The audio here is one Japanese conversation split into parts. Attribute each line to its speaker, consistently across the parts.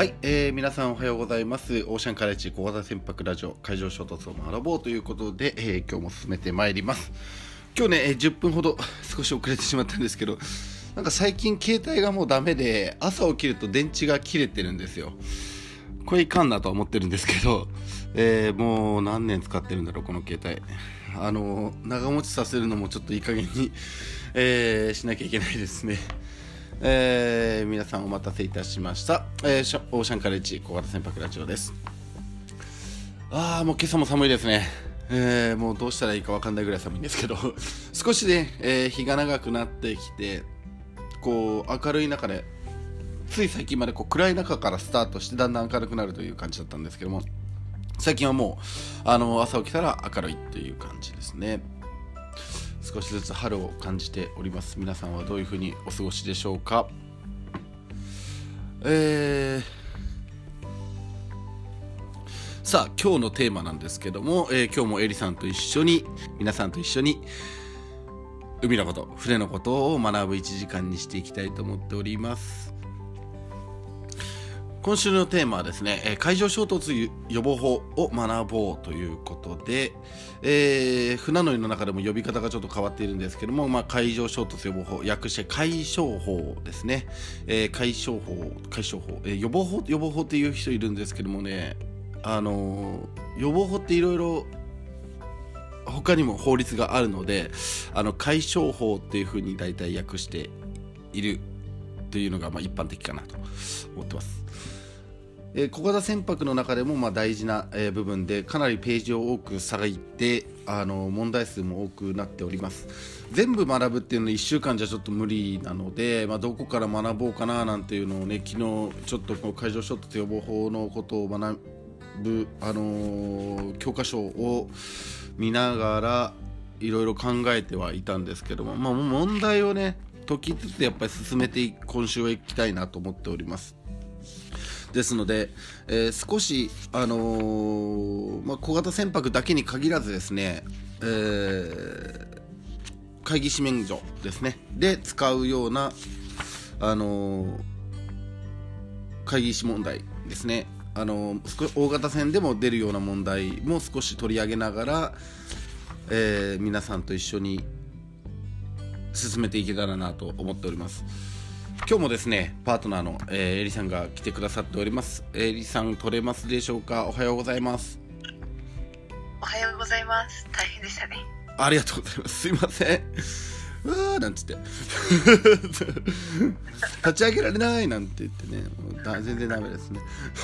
Speaker 1: はい、皆さんおはようございます。オーシャンカレッジ小型船舶ラジオ海上衝突を学ぼうということで、今日も進めてまいります。今日ね、10分ほど少し遅れてしまったんですけど、なんか最近携帯がもうダメで朝起きると電池が切れてるんですよ。これいかんなとは思ってるんですけど、もう何年使ってるんだろうこの携帯。長持ちさせるのもちょっといい加減に、しなきゃいけないですね。皆さんお待たせいたしました、オーシャンカレッジ小型船舶ラジオです。もう今朝も寒いですね。もうどうしたらいいか分かんないぐらい寒いんですけど少しね、日が長くなってきてこう明るい中でつい最近までこう暗い中からスタートしてだんだん明るくなるという感じだったんですけども、最近はもう朝起きたら明るいという感じですね。少しずつ春を感じております。皆さんはどういうふうにお過ごしでしょうか。さあ今日のテーマなんですけども、今日もエリさんと一緒に皆さんと一緒に海のこと船のことを学ぶ1時間にしていきたいと思っております。今週のテーマはですね、海上衝突予防法を学ぼうということで、船乗りの中でも呼び方がちょっと変わっているんですけども、海上衝突予防法、略して海衝法ですね。海衝法、予防法っていう人いるんですけどもね、予防法っていろいろ他にも法律があるので、海衝法っていうふうに大体訳しているというのが一般的かなと思ってます。小型船舶の中でも大事な部分でかなりページを多く割いて問題数も多くなっております。全部学ぶっていうのは1週間じゃちょっと無理なので、どこから学ぼうかななんていうのをね、昨日ちょっとこの海上衝突予防法のことを学ぶ、教科書を見ながらいろいろ考えてはいたんですけども、問題をね解きつつやっぱり進めて今週はいきたいなと思っております。ですので、少し、小型船舶だけに限らずですね、海技士免除ですねで使うような、海技士問題ですね、大型船でも出るような問題も少し取り上げながら、皆さんと一緒に進めていけたらなと思っております。今日もですねパートナーの、エリさんが来てくださっております。エリさん取れますでしょうか。おはようございます。
Speaker 2: おはようございます。大変でしたね。
Speaker 1: ありがとうございます。すいませんなんつって立ち上げられないなんて言ってね、もう全然ダメですね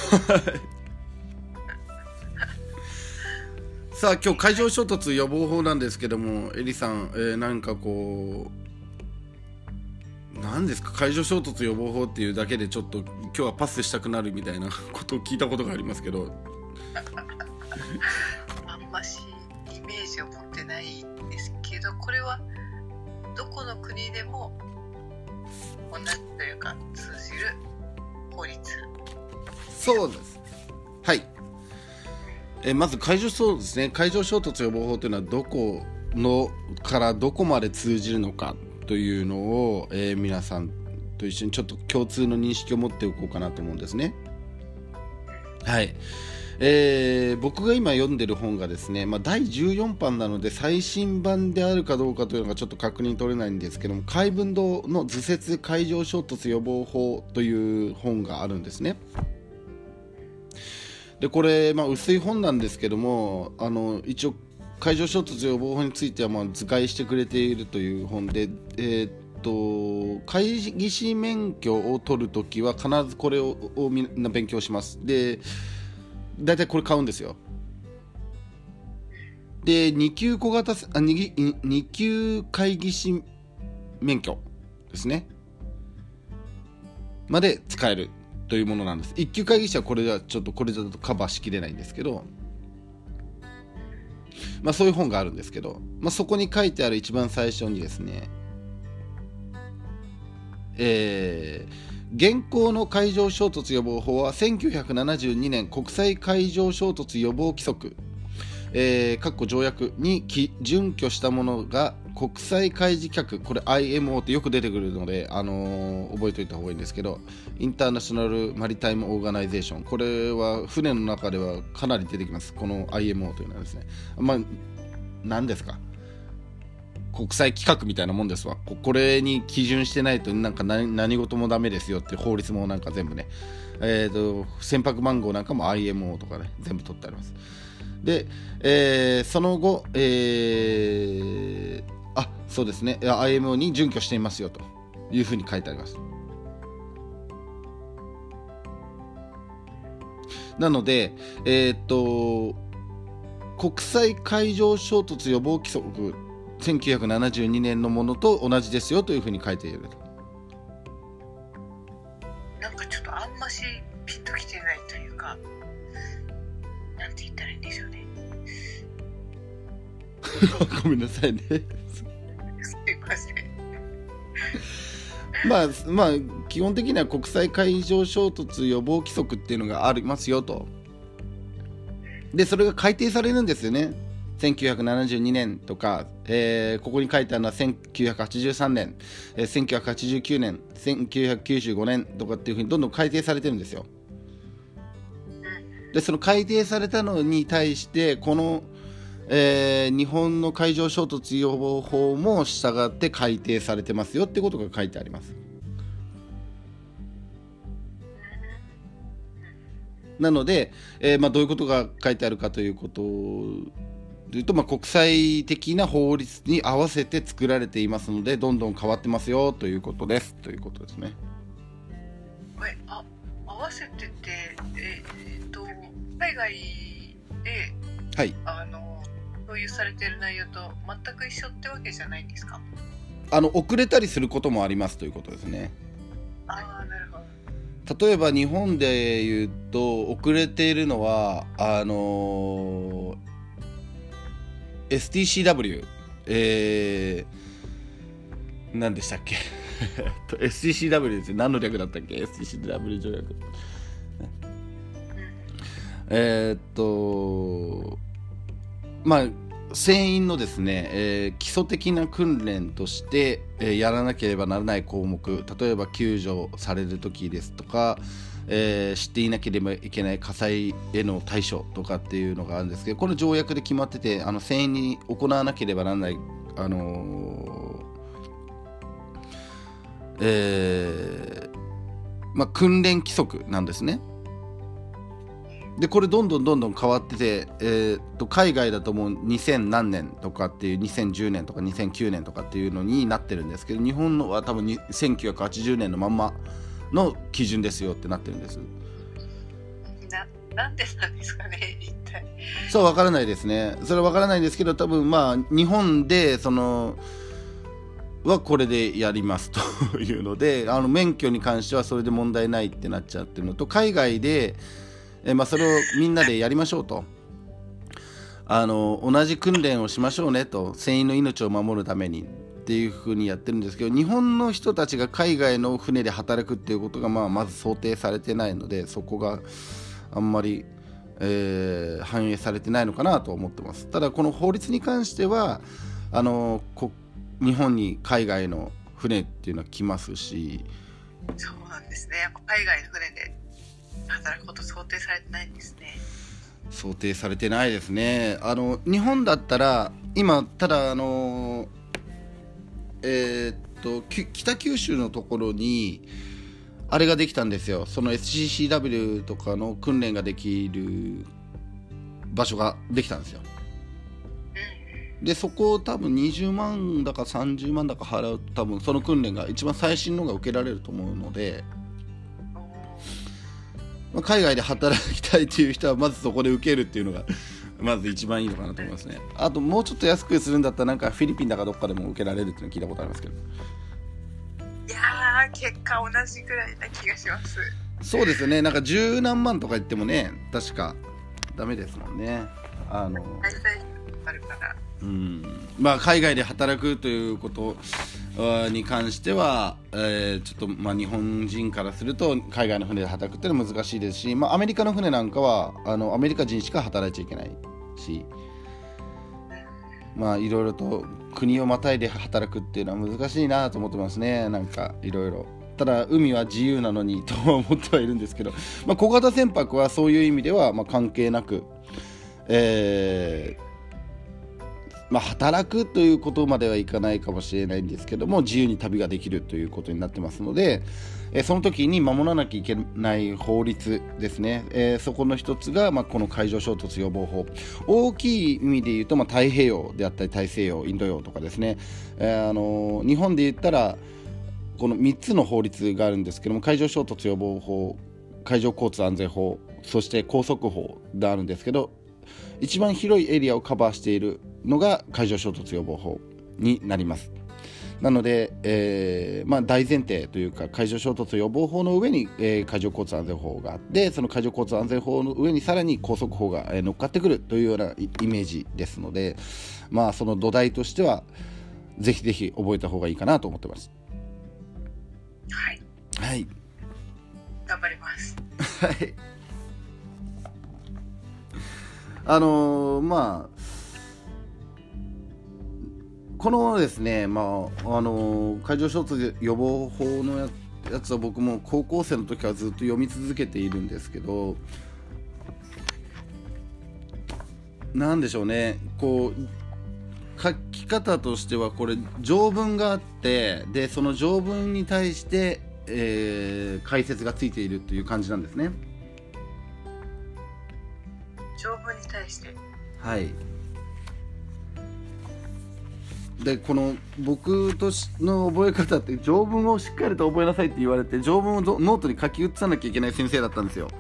Speaker 1: さあ今日海上衝突予防法なんですけども、エリさん、なんかこう何ですか、海上衝突予防法っていうだけでちょっと今日はパスしたくなるみたいなことを聞いたことがありますけど
Speaker 2: あんましイメージを持ってないんですけど、これはどこの国でも同じというか通じる法律。
Speaker 1: そうです。はい、まず海上衝突予防法というのはどこのからどこまで通じるのかというのを、皆さんと一緒にちょっと共通の認識を持っておこうかなと思うんですね。はい、僕が今読んでる本がですね、第14版なので最新版であるかどうかというのがちょっと確認取れないんですけども、海文堂の図説海上衝突予防法という本があるんですね。でこれ、薄い本なんですけども、一応海上衝突予防法については図解してくれているという本で、海技士免許を取るときは必ずこれをみんな勉強します。でだいたいこれ買うんですよ。で2級海技士免許ですねまで使えるというものなんです。1級海技士はこれだとカバーしきれないんですけど、そういう本があるんですけど、そこに書いてある一番最初にですね、現行の海上衝突予防法は1972年国際海上衝突予防規則条約に準拠したものが国際海事局、これ IMO ってよく出てくるので、覚えておいた方がいいんですけど、インターナショナルマリタイムオーガナイゼーション、これは船の中ではかなり出てきます。この IMO というのはですね、何ですか、国際規格みたいなもんですわ。これに基準してないとなんか何事もダメですよって法律もなんか全部ね、船舶番号なんかも IMO とかね、全部取ってあります。で、その後、そうですね、IMO に準拠していますよというふうに書いてあります。なので、国際海上衝突予防規則1972年のものと同じですよというふうに書いていると。
Speaker 2: なんかちょっとあんましピンときてないというか、なんて言ったらいいんでしょうね。
Speaker 1: ごめんなさいね。
Speaker 2: すいません。
Speaker 1: 基本的には国際海上衝突予防規則っていうのがありますよと。でそれが改定されるんですよね。1972年とか、ここに書いてあるのは1983年、1989年、1995年とかっていうふうにどんどん改定されてるんですよ。でその改定されたのに対してこの、日本の海上衝突予防法も従って改定されてますよってことが書いてあります。なので、どういうことが書いてあるかということというと、国際的な法律に合わせて作られていますので、どんどん変わってますよということですということですね。
Speaker 2: 合わせてて、海外で、
Speaker 1: はい、
Speaker 2: 共有されている内容と全く一緒ってわけじゃないんですか？
Speaker 1: 遅れたりすることもありますということですね。
Speaker 2: なるほ
Speaker 1: ど。例えば日本でいうと遅れているのはSTCW、何でしたっけSTCW ですよ。何の略だったっけ STCW 条約。船員のですね、基礎的な訓練として、やらなければならない項目、例えば救助される時ですとか、知っていなければいけない火災への対処とかっていうのがあるんですけど、この条約で決まってて、船員に行わなければならない、訓練規則なんですね。でこれどんどん変わってて、海外だともう2000何年とかっていう2010年とか2009年とかっていうのになってるんですけど、日本のは多分1980年のまんまの基準ですよってなってるんです。
Speaker 2: なんでなんですかね、一体。
Speaker 1: そう、わからないですね。それはわからないんですけど、多分日本ではこれでやりますというので、免許に関してはそれで問題ないってなっちゃってるのと、海外でそれをみんなでやりましょうと、同じ訓練をしましょうねと、船員の命を守るためにっていう風にやってるんですけど、日本の人たちが海外の船で働くっていうことがまず想定されてないので、そこがあんまり、反映されてないのかなと思ってます。ただこの法律に関しては日本に海外の船っていうのは来ますし。
Speaker 2: そうなんですね。やっぱ海外の船で働くこと想定されてないんですね。
Speaker 1: 想定されてないですね。日本だったら今ただ北九州のところにあれができたんですよ。その SCCW とかの訓練ができる場所ができたんですよ。でそこを多分20万だか30万だか払うと、多分その訓練が一番最新のが受けられると思うので、海外で働きたいという人はまずそこで受けるっていうのがまず一番いいのかなと思いますね。あともうちょっと安くするんだったらなんかフィリピンだかどっかでも受けられるっていうの聞いたことありますけど。
Speaker 2: いやー、結果同じぐらいな気がします。
Speaker 1: そうですよね。なんか十何万とか言ってもね、確かダメですもんね。
Speaker 2: 大体あるか
Speaker 1: 海
Speaker 2: な。
Speaker 1: 外で働くということに関しては、ちょっと日本人からすると海外の船で働くっていうのは難しいですし、アメリカの船なんかはアメリカ人しか働いちゃいけないし、 まあいろいろと国をまたいで働くっていうのは難しいなと思ってますね。なんかいろいろ、ただ海は自由なのにとは思ってはいるんですけど、まあ、小型船舶はそういう意味ではまあ関係なく、まあ、働くということまではいかないかもしれないんですけども、自由に旅ができるということになってますので、その時に守らなきゃいけない法律ですね、そこの一つが、まあ、この海上衝突予防法。大きい意味で言うと、まあ、太平洋であったり大西洋、インド洋とかですね、日本で言ったらこの3つの法律があるんですけども、海上衝突予防法、海上交通安全法、そして高速法があるんですけど、一番広いエリアをカバーしているのが海上衝突予防法になります。なので、まあ、大前提というか、海上衝突予防法の上に、海上交通安全法があって、その海上交通安全法の上にさらに高速法が、乗っかってくるというようなイメージですので、まあ、その土台としてはぜひぜひ覚えた方がいいかなと思ってます。
Speaker 2: はい、
Speaker 1: はい、
Speaker 2: 頑張ります。
Speaker 1: はい、まあこのですね、まあ海上衝突予防法のやつは僕も高校生の時からずっと読み続けているんですけど、なんでしょうね、こう書き方としては、これ条文があって、でその条文に対して、解説がついているという感じなんですね。
Speaker 2: 条文に対して、
Speaker 1: はい。でこの僕の覚え方って、条文をしっかりと覚えなさいって言われて、条文をノートに書き写さなきゃいけない先生だったんですよ。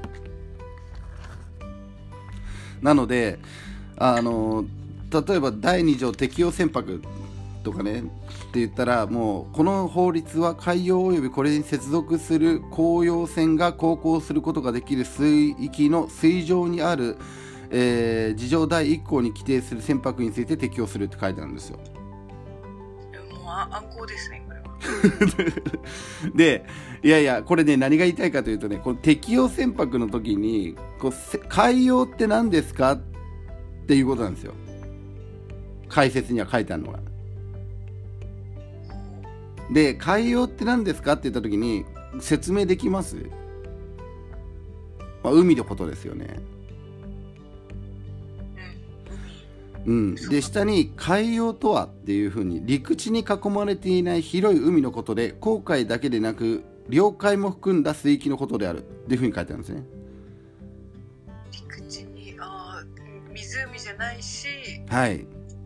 Speaker 1: なので例えば第2条適用船舶とかねって言ったら、もうこの法律は海洋およびこれに接続する公用船が航行することができる水域の水上にある、事条第1項に規定する船舶について適用するって書いてあるんですよ。
Speaker 2: もう暗号ですね、これは。
Speaker 1: で、いやいや、これね、何が言いたいかというとね、この適用船舶の時に海洋って何ですかっていうことなんですよ。解説には書いてあるのが。で、海洋って何ですかって言った時に説明できます？まあ、海のことですよね。うん、で下に海洋とはっていうふうに、陸地に囲まれていない広い海のことで、航海だけでなく領海も含んだ水域のことであるっていうふうに書いてあるんですね。
Speaker 2: 陸地に湖じゃないし、
Speaker 1: はい、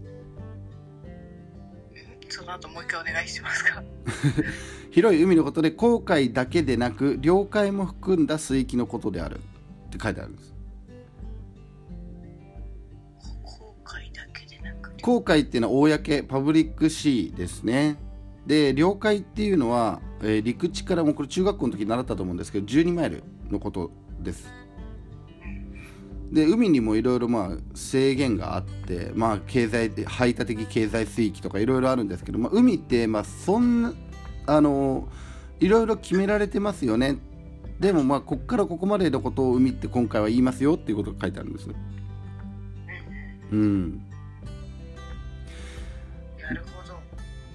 Speaker 2: その後もう一回お願いしますか。
Speaker 1: 広い海のことで、航海だけでなく領海も含んだ水域のことであるって書いてあるんです。航海っていうのは公、パブリックシーですね。で、領海っていうのは、陸地からも、これ中学校の時に習ったと思うんですけど、12マイルのことです。で、海にもいろいろ制限があって、まあ、排他的経済水域とかいろいろあるんですけど、海って、いろいろ決められてますよね。でもここからここまでのことを海って今回は言いますよっていうことが書いてあるんです。うん。
Speaker 2: なるほど。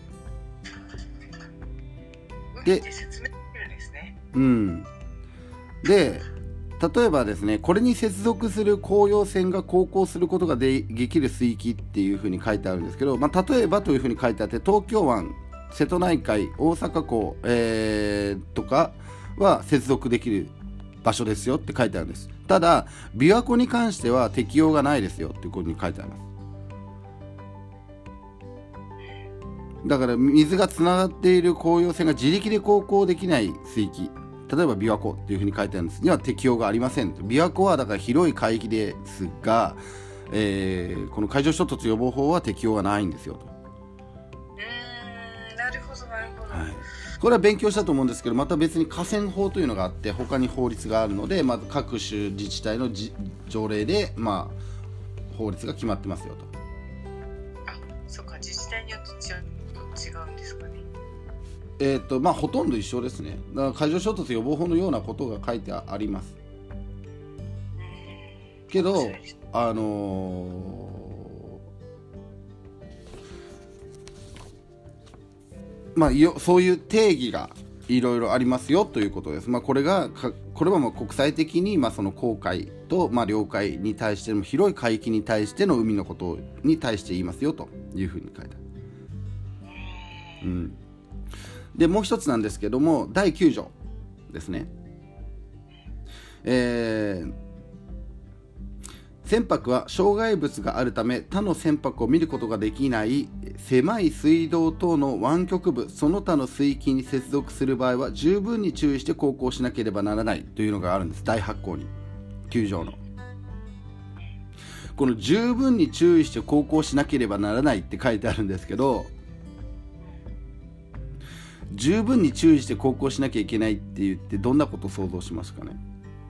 Speaker 2: 海って説明できるんですね。
Speaker 1: うん。で、例えばですね、これに接続する公用船が航行することができる水域っていうふうに書いてあるんですけど、例えばというふうに書いてあって、東京湾、瀬戸内海、大阪港、とかは接続できる場所ですよって書いてあるんです。ただ、琵琶湖に関しては適用がないですよっていうことに書いてあります。だから水がつながっている公用船が自力で航行できない水域、例えば琵琶湖っていうふうに書いてあるんですには適用がありません。琵琶湖はだから広い海域ですが、この海上衝突予防法は適用がないんですよと。
Speaker 2: なるほどなるほど、
Speaker 1: はい、これは勉強したと思うんですけど、また別に河川法というのがあって、他に法律があるので、各種自治体の条例で、法律が決まってますよと。
Speaker 2: そうか、自治体によって違うんですかね。
Speaker 1: ほとんど一緒ですね。だから海上衝突予防法のようなことが書いてありますけど、 そういう定義がいろいろありますよということです。これは国際的に、その公海と、領海に対しての広い海域に対しての海のことに対して言いますよというふうに書いてある。でもう一つなんですけども、第9条ですね。船舶は障害物があるため他の船舶を見ることができない狭い水道等の湾曲部その他の水域に接続する場合は十分に注意して航行しなければならないというのがあるんです。第8項に9条のこの十分に注意して航行しなければならないって書いてあるんですけど、十分に注意して航行しなきゃいけないって言ってどんなことを想像しますかね。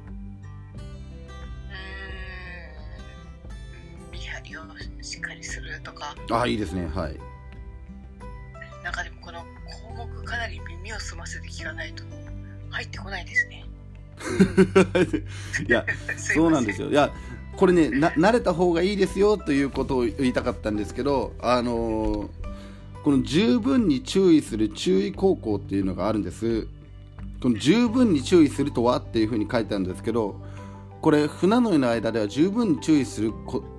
Speaker 2: 見張りをしっかりするとか。
Speaker 1: いいですね。はい。
Speaker 2: なんかでもこの項目かなり耳を澄ませて聞かないと入ってこないですね。
Speaker 1: いやそうなんですよ。いやこれね慣れた方がいいですよということを言いたかったんですけど、この十分に注意する注意航行っていうのがあるんです。この十分に注意するとはっていうふうに書いてあるんですけど、これ船乗りの間では十分に注意する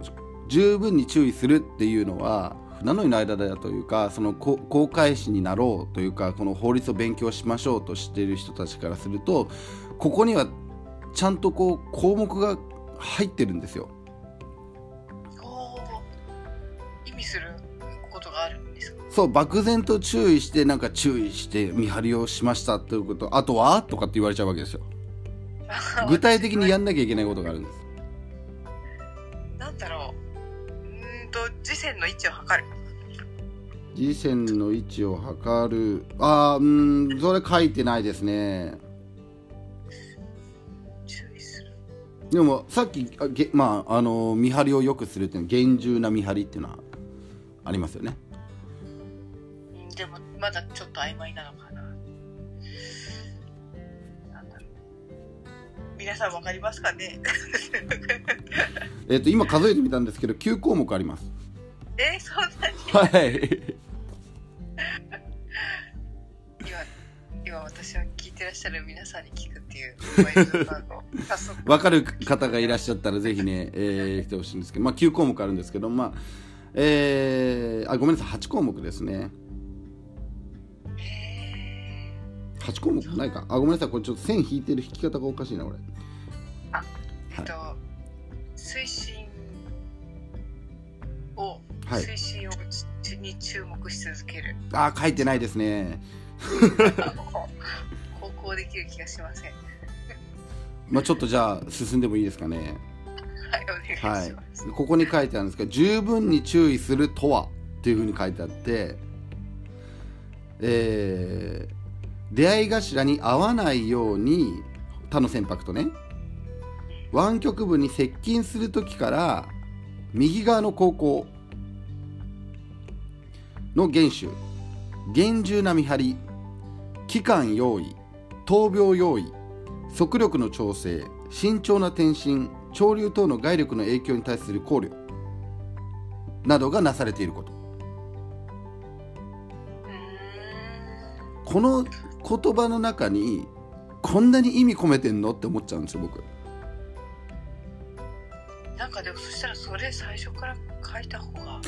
Speaker 1: っていうのは船乗りの間だというか、その航海士になろうというかこの法律を勉強しましょうとしている人たちからすると、ここにはちゃんと項目が入ってるんですよ。
Speaker 2: 意味することがあるんですか。
Speaker 1: そう、漠然と注意して注意して見張りをしましたということ、あとはとかって言われちゃうわけですよ。具体的にやんなきゃいけないことがあるんです。
Speaker 2: なんだろう。時線の位置を測る。
Speaker 1: 時線の位置を測る。それ書いてないですね。
Speaker 2: 注意する。
Speaker 1: でもさっき見張りをよくするっていうのは厳重な見張りっていうのはありますよね。
Speaker 2: でもまだちょっと曖昧なのかな。なんだろう。皆さんわかりますかね。
Speaker 1: 今数えてみたんですけど9項目あります。
Speaker 2: そんなに。
Speaker 1: はい。
Speaker 2: 今私は聞いてらっしゃる皆さんに聞くっていう
Speaker 1: 分かる方がいらっしゃったらぜひね、来てほしいんですけど、9項目あるんですけど、ごめんなさい、8項目ですね。8項目ないか。ごめんなさい、これちょっと線引いてる引き方がおかしいな、これ。
Speaker 2: 推進に注目し続ける。
Speaker 1: 書いてないですね。
Speaker 2: 航行できる気がしません。
Speaker 1: ちょっとじゃあ進んでもいいですかね。
Speaker 2: はい、お願いします。
Speaker 1: ここに書いてあるんですけど、十分に注意するとはっていうふうに書いてあって、出会い頭に合わないように他の船舶とね、湾曲部に接近するときから右側の航行の厳守、厳重な見張り、期間用意、闘病用意、速力の調整、慎重な転進、潮流等の外力の影響に対する考慮などがなされていること。この言葉の中にこんなに意味込めてんのって思っちゃうんですよ、僕。
Speaker 2: なんかでもそしたらそれ最初から書いた方が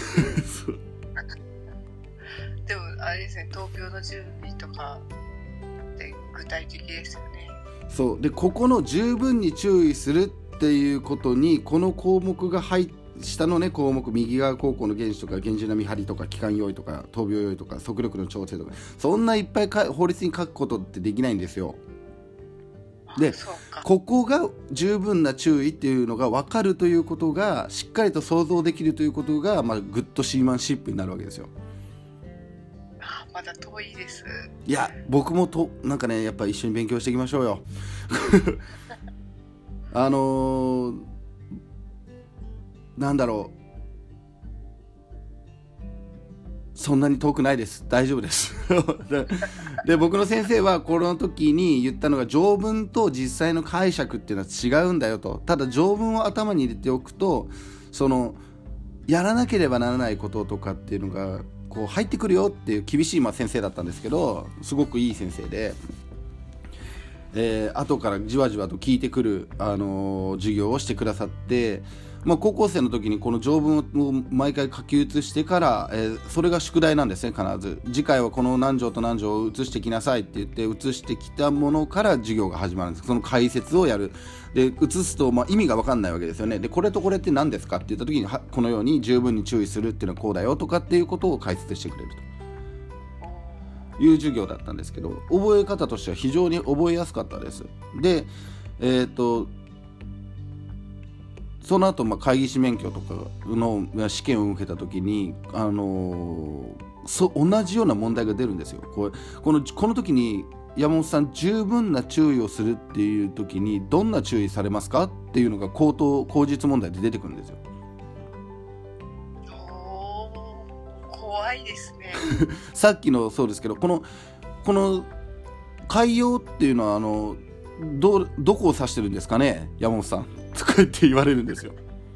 Speaker 2: でもあれですね、闘病の準備とかって具体的ですよね。
Speaker 1: そうで、ここの十分に注意するっていうことにこの項目が下のね項目、右側航行の厳守とか厳重な見張りとか期間用意とか闘病用意とか速力の調整とか、そんないっぱい法律に書くことってできないんですよ。で、ここが十分な注意っていうのが分かるということがしっかりと想像できるということが、グッドシーマンシップになるわけですよ。
Speaker 2: まだ遠いです。
Speaker 1: いや、僕もなんかね、やっぱ一緒に勉強していきましょうよ。なんだろう、そんなに遠くないです、大丈夫ですで、僕の先生はこの時に言ったのが、条文と実際の解釈っていうのは違うんだよと。ただ条文を頭に入れておくと、そのやらなければならないこととかっていうのがこう入ってくるよっていう厳しい先生だったんですけど、すごくいい先生で、後からじわじわと聞いてくる、授業をしてくださって、高校生の時にこの条文を毎回書き写してから、それが宿題なんですね。必ず次回はこの何条と何条を写してきなさいって言って写してきたものから授業が始まるんです。その解説をやる。で写すと、意味が分かんないわけですよね。でこれとこれって何ですかって言った時に、このように十分に注意するっていうのはこうだよとかっていうことを解説してくれるという授業だったんですけど、覚え方としては非常に覚えやすかったです。でその後、会議士免許とかの試験を受けた時に、同じような問題が出るんですよ。この時に山本さん、十分な注意をするっていう時にどんな注意されますかっていうのが口述問題で出てくるんですよ。
Speaker 2: 怖いですね。
Speaker 1: さっきのそうですけど、この海洋っていうのはどこを指してるんですかね、山本さんとか言って言われるんですよ。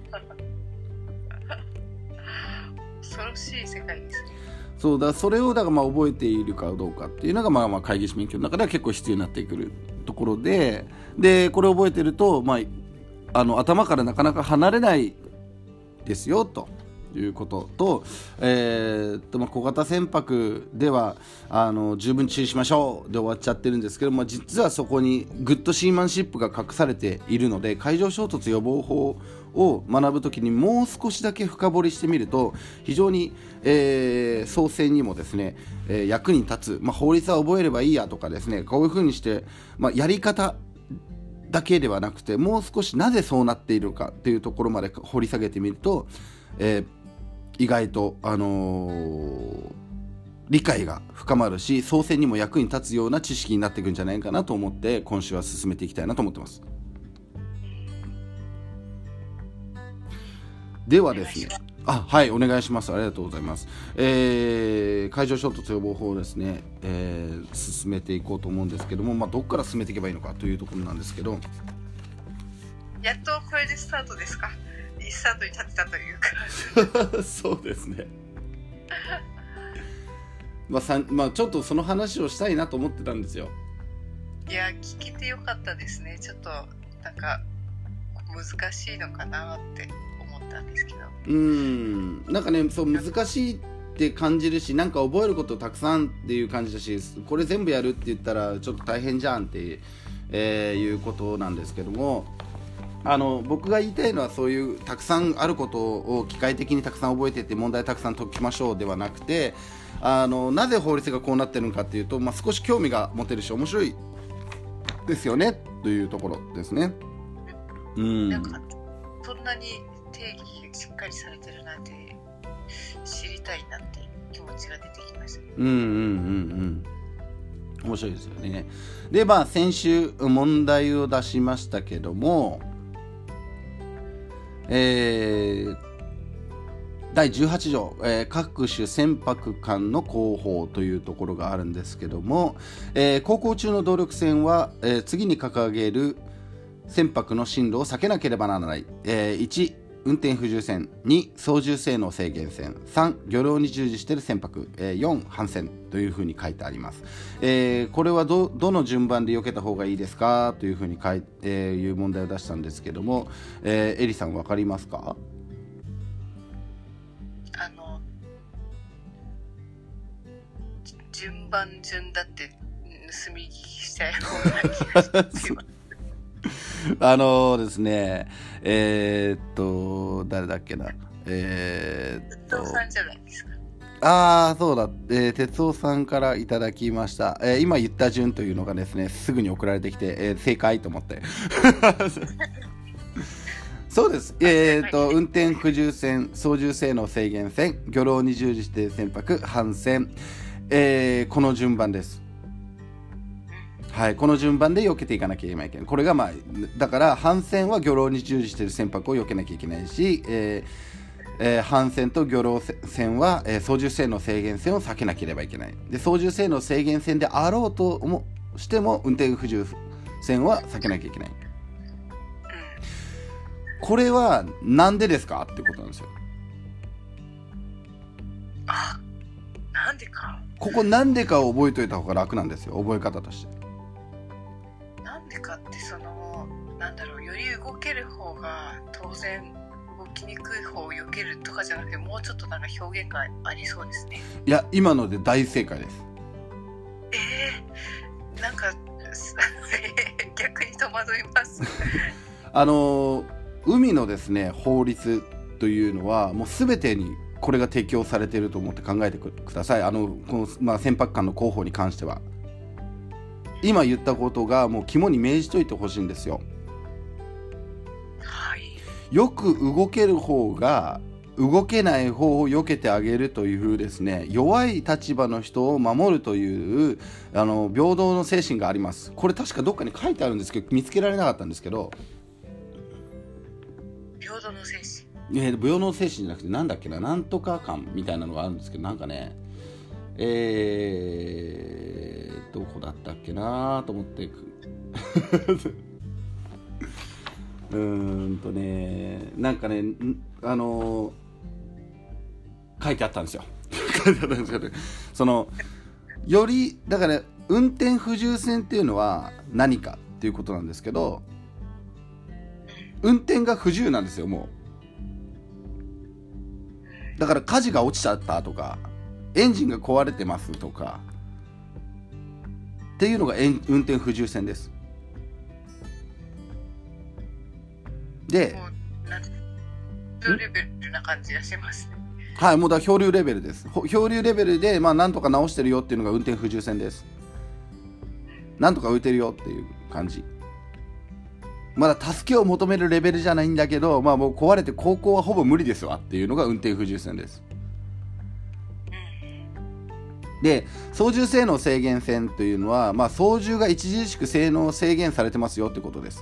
Speaker 2: 恐ろしい世界ですね。
Speaker 1: そうだ、それを覚えているかどうかっていうのが、会議士免許の中では結構必要になってくるところで、これを覚えてると、頭からなかなか離れないですよということと、小型船舶では十分注意しましょうで終わっちゃってるんですけども、実はそこにグッドシーマンシップが隠されているので、海上衝突予防法を学ぶときにもう少しだけ深掘りしてみると非常に、操船にもですね、役に立つ、法律は覚えればいいやとかですね、こういうふうにして、やり方だけではなくて、もう少しなぜそうなっているかというところまで掘り下げてみると、意外と、理解が深まるし、操船にも役に立つような知識になっていくんじゃないかなと思って、今週は進めていきたいなと思ってます。ではですね、はい、お願いします。ありがとうございます。海上衝突予防法をですね、進めていこうと思うんですけども、どこから進めていけばいいのかというところなんですけど、
Speaker 2: やっとこれでスタートですか。スタートに立てたというか
Speaker 1: そうですね。ちょっとその話をしたいなと思ってたんですよ。
Speaker 2: いや、聞けてよかったですね。ちょっと難しいのかなって思ったんですけど、
Speaker 1: そう難しいって感じるし、覚えることたくさんっていう感じだし、これ全部やるって言ったらちょっと大変じゃんって、いうことなんですけども、僕が言いたいのは、そういうたくさんあることを機械的にたくさん覚えていって問題たくさん解きましょうではなくて、なぜ法律がこうなってるのかっていうと、少し興味が持てるし面白いですよねというところですね。
Speaker 2: そんなに定義しっかりされてるなんて知りたいなっていう気持ちが出てきました。
Speaker 1: 面白いですよね。で、先週問題を出しましたけども、第18条、各種船舶間の航法というところがあるんですけども、航行中の動力船は、次に掲げる船舶の進路を避けなければならない。1、運転不自由船。2、操縦性能制限船。3、漁労に従事している船舶。4、帆船というふうに書いてあります。これはどの順番で避けた方がいいですかというふうにいう問題を出したんですけども、エリさん分かりますか？
Speaker 2: 順番順だって盗み聞きしたような気がします。
Speaker 1: ですね、誰だっけな、
Speaker 2: 哲夫さんじゃないですか。
Speaker 1: そうだ、哲夫さんからいただきました。今言った順というのがですね、すぐに送られてきて、正解と思ってそうです。運転不自由船、操縦性能制限船、漁労に従事している船舶、帆船、この順番です。はい、この順番で避けていかなきゃいけない。これがだから帆船は漁労に従事している船舶を避けなきゃいけないし、帆船と漁労船は、操縦性能制限船を避けなければいけない。で、操縦性能制限船であろうとしても運転不自由船は避けなきゃいけない。これはなんでですかってことなんですよ。
Speaker 2: なんでか。
Speaker 1: ここなんでかを覚えておいた方が楽なんですよ、覚え方として。
Speaker 2: なんでかってなんだろう、より動ける方が当然動きにくい方を避けるとかじゃなくて、もうちょっとなんか表現がありそうですね。
Speaker 1: いや、今ので大正解です。
Speaker 2: なんか逆に戸惑います。
Speaker 1: 海のですね法律というのはもう全てにこれが適用されていると思って考えてください。この、船舶間の広報に関しては今言ったことがもう肝に銘じといてほしいんですよ。
Speaker 2: はい。
Speaker 1: よく動ける方が動けない方を避けてあげるというですね、弱い立場の人を守るという平等の精神があります。これ確かどっかに書いてあるんですけど見つけられなかったんですけど、
Speaker 2: 平等の精神、
Speaker 1: 平等の精神じゃなくてなんだっけな、なんとか感みたいなのがあるんですけど、なんかねどこだったっけなと思ってなんかね書いてあったんですよ書いてあったんですけど、よりだから運転不自由っていうのは何かっていうことなんですけど、運転が不自由なんですよ。もうだから火事が落ちちゃったとかエンジンが壊れてますとかっていうのが運転不自由です。で、
Speaker 2: もうなんてレベルな感じがしますね。
Speaker 1: はい、もうだ漂流レベルです。漂流レベルでなんとか直してるよっていうのが運転不自由です。なんとか浮いてるよっていう感じ。まだ助けを求めるレベルじゃないんだけど、もう壊れて航行はほぼ無理ですわっていうのが運転不自由です。で、操縦性能制限線というのは、操縦が著しく性能制限されてますよってことです。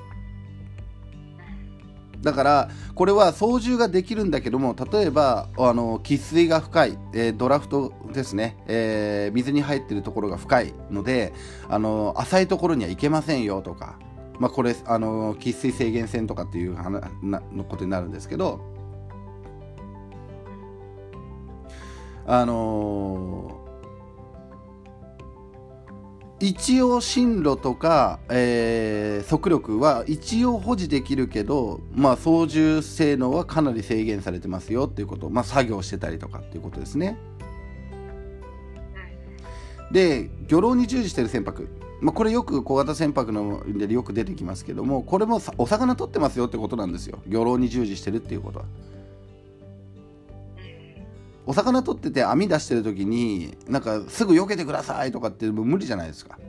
Speaker 1: だからこれは操縦ができるんだけども、例えば喫水が深い、ドラフトですね、水に入っているところが深いので浅いところには行けませんよとか、これ喫水制限線とかっていうのことになるんですけど、一応進路とか、速力は一応保持できるけど、操縦性能はかなり制限されてますよっていうこと、作業してたりとかっていうことですね。で、漁労に従事している船舶、これよく小型船舶のでよく出てきますけども、これもお魚取ってますよってことなんですよ。漁労に従事してるっていうことは。お魚取ってて網出してる時になんかすぐ避けてくださいとかってもう無理じゃないですか。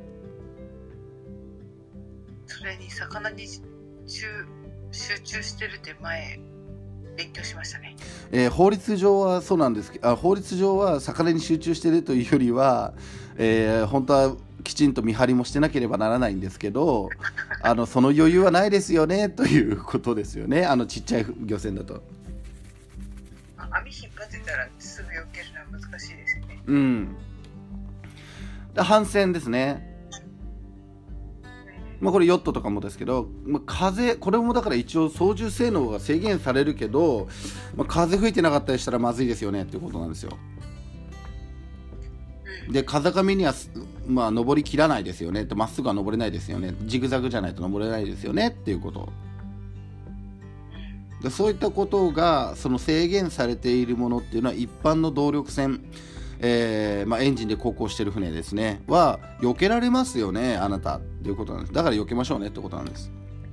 Speaker 2: それに魚に集中してるって前勉強しましたね。
Speaker 1: 法律上はそうなんですけど、法律上は魚に集中してるというよりは、本当はきちんと見張りもしてなければならないんですけどその余裕はないですよねということですよね。ちっちゃい漁船だと
Speaker 2: 網引っ張ってたらすぐ避けるのは難しいですよね。
Speaker 1: うん。帆船ですね。これヨットとかもですけど、風、これもだから一応操縦性能が制限されるけど、風吹いてなかったりしたらまずいですよねっていうことなんですよ。で、風上には登りきらないですよねって、まっすぐは登れないですよね、ジグザグじゃないと登れないですよねっていうこと。で、そういったことが制限されているものっていうのは一般の動力船、エンジンで航行している船ですねは避けられますよねあなたっていうことなんです。だから避けましょうねってことなんです。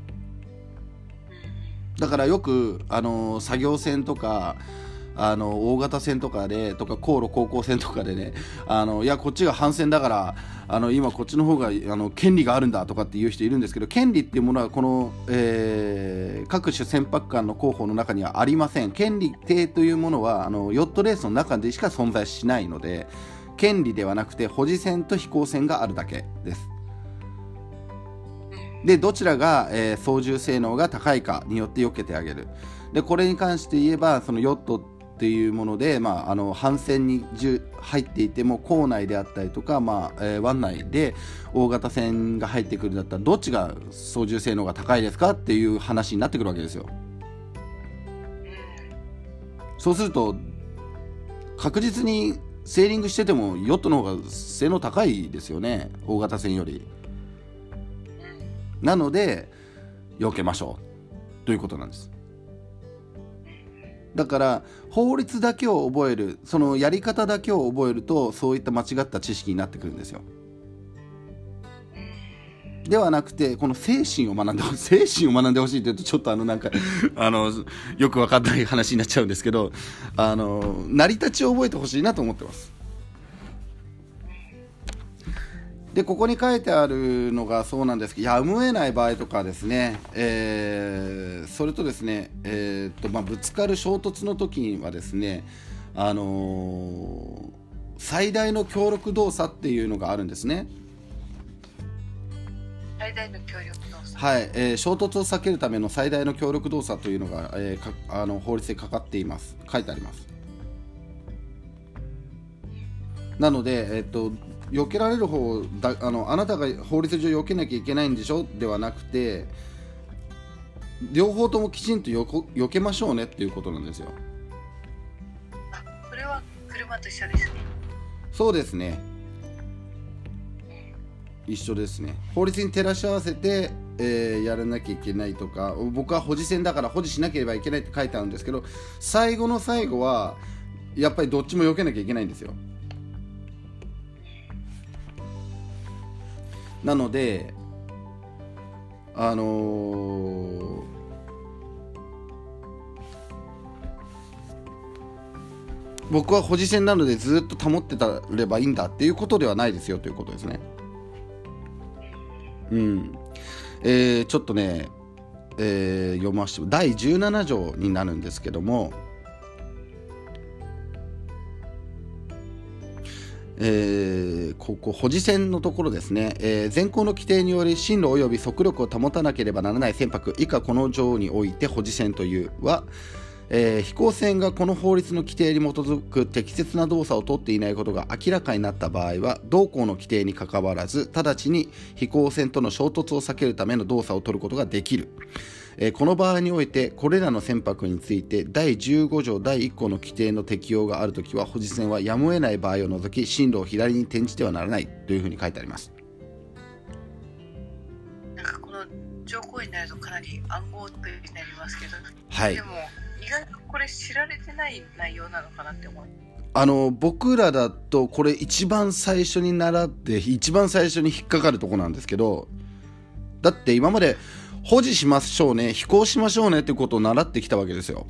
Speaker 1: だからよく作業船とか大型船とかで航路航行船とかでね、いやこっちが帆船だから今こっちの方が権利があるんだとかっていう人いるんですけど、権利っていうものはこの、各種船舶間の広報の中にはありません。権利定というものはヨットレースの中でしか存在しないので、権利ではなくて保持船と飛行船があるだけです。で、どちらが、操縦性能が高いかによって避けてあげる。で、これに関して言えばヨットっていうもので、帆船に入っていても港内であったりとか、湾内で大型船が入ってくるんだったらどっちが操縦性能が高いですかっていう話になってくるわけですよ。そうすると確実にセーリングしててもヨットの方が性能高いですよね、大型船より。なので避けましょうということなんです。だから法律だけを覚える、そのやり方だけを覚えると、そういった間違った知識になってくるんですよ。ではなくて、この精神を学んでほしいというとちょっとなんかよく分かんない話になっちゃうんですけど、成り立ちを覚えてほしいなと思ってます。でここに書いてあるのがそうなんですけど、やむを得ない場合とかですね、それとですね、ぶつかる衝突の時にはですね、最大の協力動作っていうのがあるんですね。
Speaker 2: 最大の協力動作、
Speaker 1: はい、衝突を避けるための最大の協力動作というのが、法律で書いてあります。なので、避けられる方だ、あなたが法律上避けなきゃいけないんでしょではなくて、両方ともきちんと避けましょうねっていうことなんですよ。
Speaker 2: これは車と一緒ですね。
Speaker 1: そうですね、一緒ですね。法律に照らし合わせて、やらなきゃいけないとか、僕は保持船だから保持しなければいけないって書いてあるんですけど、最後の最後はやっぱりどっちも避けなきゃいけないんですよ。なので僕は保持船なのでずっと保ってたればいいんだっていうことではないですよということですね。ちょっとね、読ませて、第17条になるんですけども、ここ保持船のところですね、前項の規定により進路及び速力を保たなければならない船舶以下この条において保持船というは、飛行船がこの法律の規定に基づく適切な動作を取っていないことが明らかになった場合は、同項の規定にかかわらず直ちに飛行船との衝突を避けるための動作を取ることができる。この場合においてこれらの船舶について第15条第1項の規定の適用があるときは、保持船はやむを得ない場合を除き進路を左に転じてはならないというふうに書いてあります。
Speaker 2: なんかこの条項になるとかなり暗号というになりますけど、
Speaker 1: はい、
Speaker 2: でも意外とこれ知られてない内容なのかなって思う。
Speaker 1: 僕らだとこれ一番最初に習って一番最初に引っかかるところなんですけど、だって今まで保持しましょうね、飛行しましょうねってことを習ってきたわけですよ。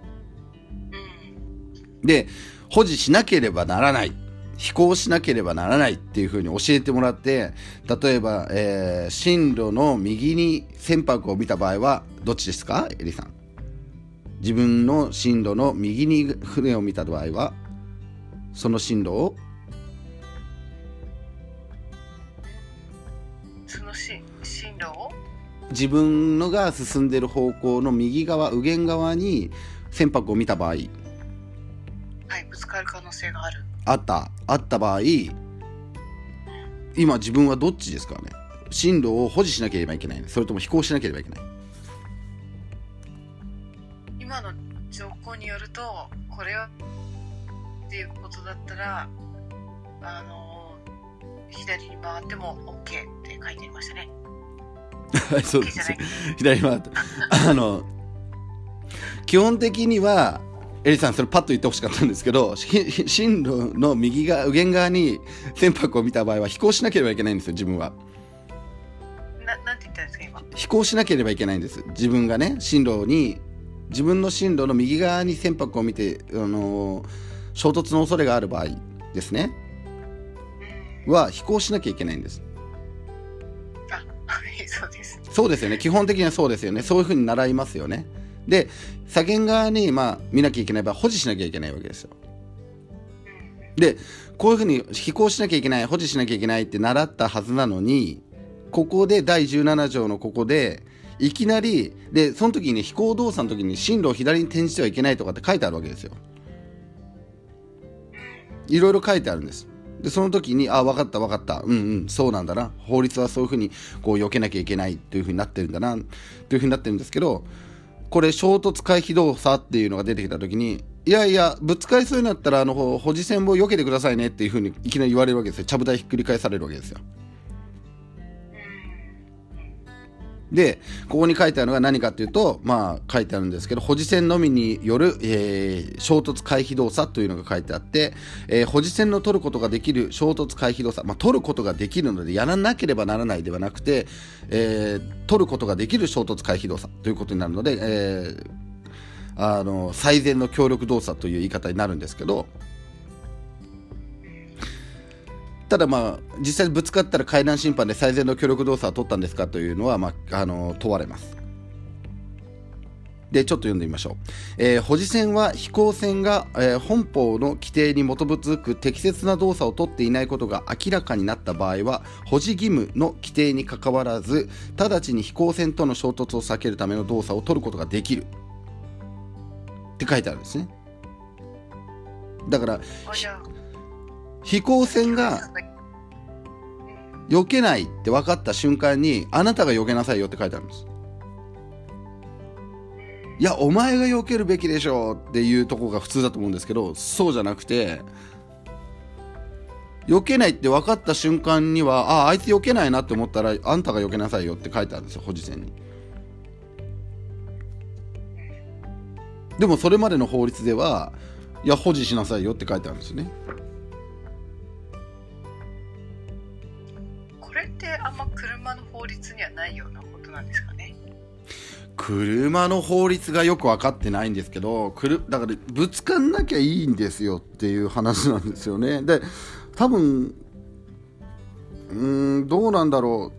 Speaker 1: で保持しなければならない、飛行しなければならないっていうふうに教えてもらって、例えば、進路の右に船舶を見た場合はどっちですか、エリさん。自分の進路の右に船を見た場合はその進路を
Speaker 2: 進路を
Speaker 1: 自分のが進んでいる方向の右側、右舷側に船舶を見た場合、はい、
Speaker 2: ぶつかる可能性が
Speaker 1: あった場合、今自分はどっちですかね。進路を保持しなければいけない、それとも飛行しなければいけない。
Speaker 2: 今の条項によるとこれはっていうことだったら左に回っても OK って書いてありましたね。
Speaker 1: そうです。左回って基本的にはエリさんそれパッと言ってほしかったんですけど、進路の右側、右舷側に船舶を見た場合は飛行しなければいけないんですよ。自分は
Speaker 2: なんて言ったんですか今。
Speaker 1: 飛行しなければいけないんです。自分がね、自分の進路の右側に船舶を見て、衝突の恐れがある場合ですね、は飛行しなきゃいけないんです。そうですよね。基本的にはそうですよね。そういうふうに習いますよね。で左舷側に見なきゃいけない場合保持しなきゃいけないわけですよ。でこういうふうに飛行しなきゃいけない、保持しなきゃいけないって習ったはずなのに、ここで第17条のここでいきなりで、その時に、ね、飛行動作の時に進路を左に転じてはいけないとかって書いてあるわけですよ。いろいろ書いてあるんです。でその時に分かったそうなんだな、法律はそういうふうにこう避けなきゃいけないというふうになってるんだなというふうになってるんですけど、これ衝突回避動作っていうのが出てきた時に、 いやいやぶつかりそうになったら保持線を避けてくださいねっていう風にいきなり言われるわけですよ。ちゃぶ台ひっくり返されるわけですよ。でここに書いてあるのが何かというと、書いてあるんですけど、保持線のみによる、衝突回避動作というのが書いてあって、保持線の取ることができる衝突回避動作、取ることができるのでやらなければならないではなくて、取ることができる衝突回避動作ということになるので、最善の協力動作という言い方になるんですけど、ただ実際ぶつかったら海難審判で最善の協力動作は取ったんですかというのは、問われます。でちょっと読んでみましょう。保持線は飛行船が、本法の規定に基づく適切な動作を取っていないことが明らかになった場合は、保持義務の規定にかかわらず直ちに飛行船との衝突を避けるための動作を取ることができるって書いてあるんですね。だから飛行船が避けないって分かった瞬間に、あなたが避けなさいよって書いてあるんです。いやお前が避けるべきでしょっていうところが普通だと思うんですけど、そうじゃなくて、避けないって分かった瞬間には、あいつ避けないなって思ったらあんたが避けなさいよって書いてあるんですよ、保持線に。でもそれまでの法律では、いや保持しなさいよって書いてあるんですね。
Speaker 2: これってあんま車の法律にはないようなことなんですかね。
Speaker 1: 車の法律がよく分かってないんですけど、だからぶつかんなきゃいいんですよっていう話なんですよね。で多分どうなんだろ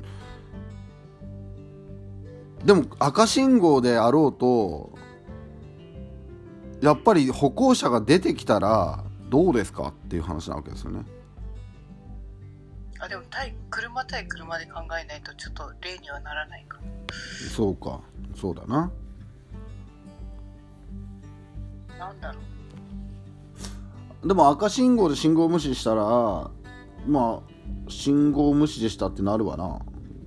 Speaker 1: う。でも赤信号であろうとやっぱり歩行者が出てきたらどうですかっていう話なわけですよね。
Speaker 2: でも車対車で考えないとちょっと例にはならないかも。
Speaker 1: そうか、そうだな。
Speaker 2: なんだろ
Speaker 1: う。でも赤信号で信号無視したら、信号無視でしたってなるわな。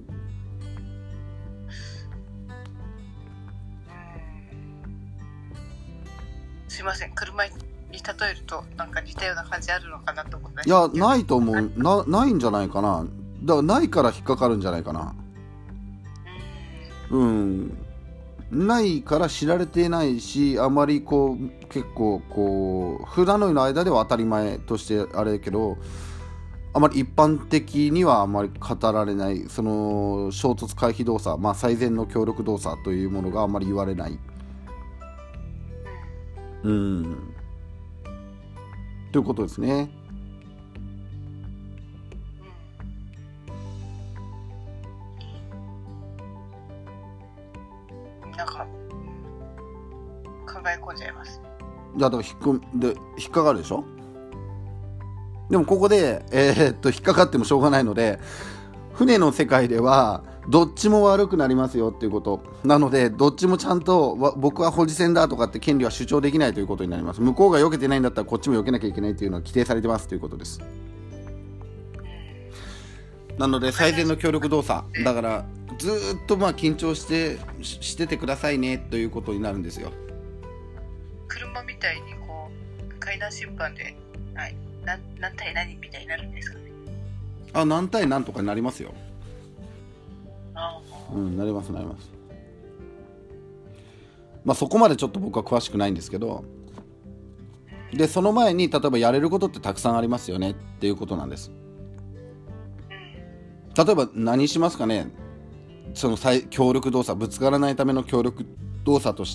Speaker 2: すいません、車に例えるとなんか似たような感じあるのかなと思った。
Speaker 1: いやないと思う。ないんじゃないかな。だからないから引っかかるんじゃないかな。ないから知られていないし、あまり結構船乗りの間では当たり前としてあれだけど、あまり一般的にはあまり語られない、その衝突回避動作、最善の協力動作というものがあまり言われない。ということですね。
Speaker 2: なんか考え込んじゃいます。
Speaker 1: だから引っかかるでしょ。でもここで、引っかかってもしょうがないので、船の世界ではどっちも悪くなりますよっていうことなので、どっちもちゃんと僕は保持線だとかって権利は主張できないということになります。向こうが避けてないんだったらこっちも避けなきゃいけないというのは規定されてますということです。なので最善の協力動作だから、ずっと緊張しててくださいねということになるんですよ。
Speaker 2: 車みたいに海難審判で、何対何みたいになるんですかね。
Speaker 1: 何対何とかになりますよ。なります。そこまでちょっと僕は詳しくないんですけど、でその前に例えばやれることってたくさんありますよねっていうことなんです。例えば何しますかね。その協力動作、ぶつからないための協力動作として、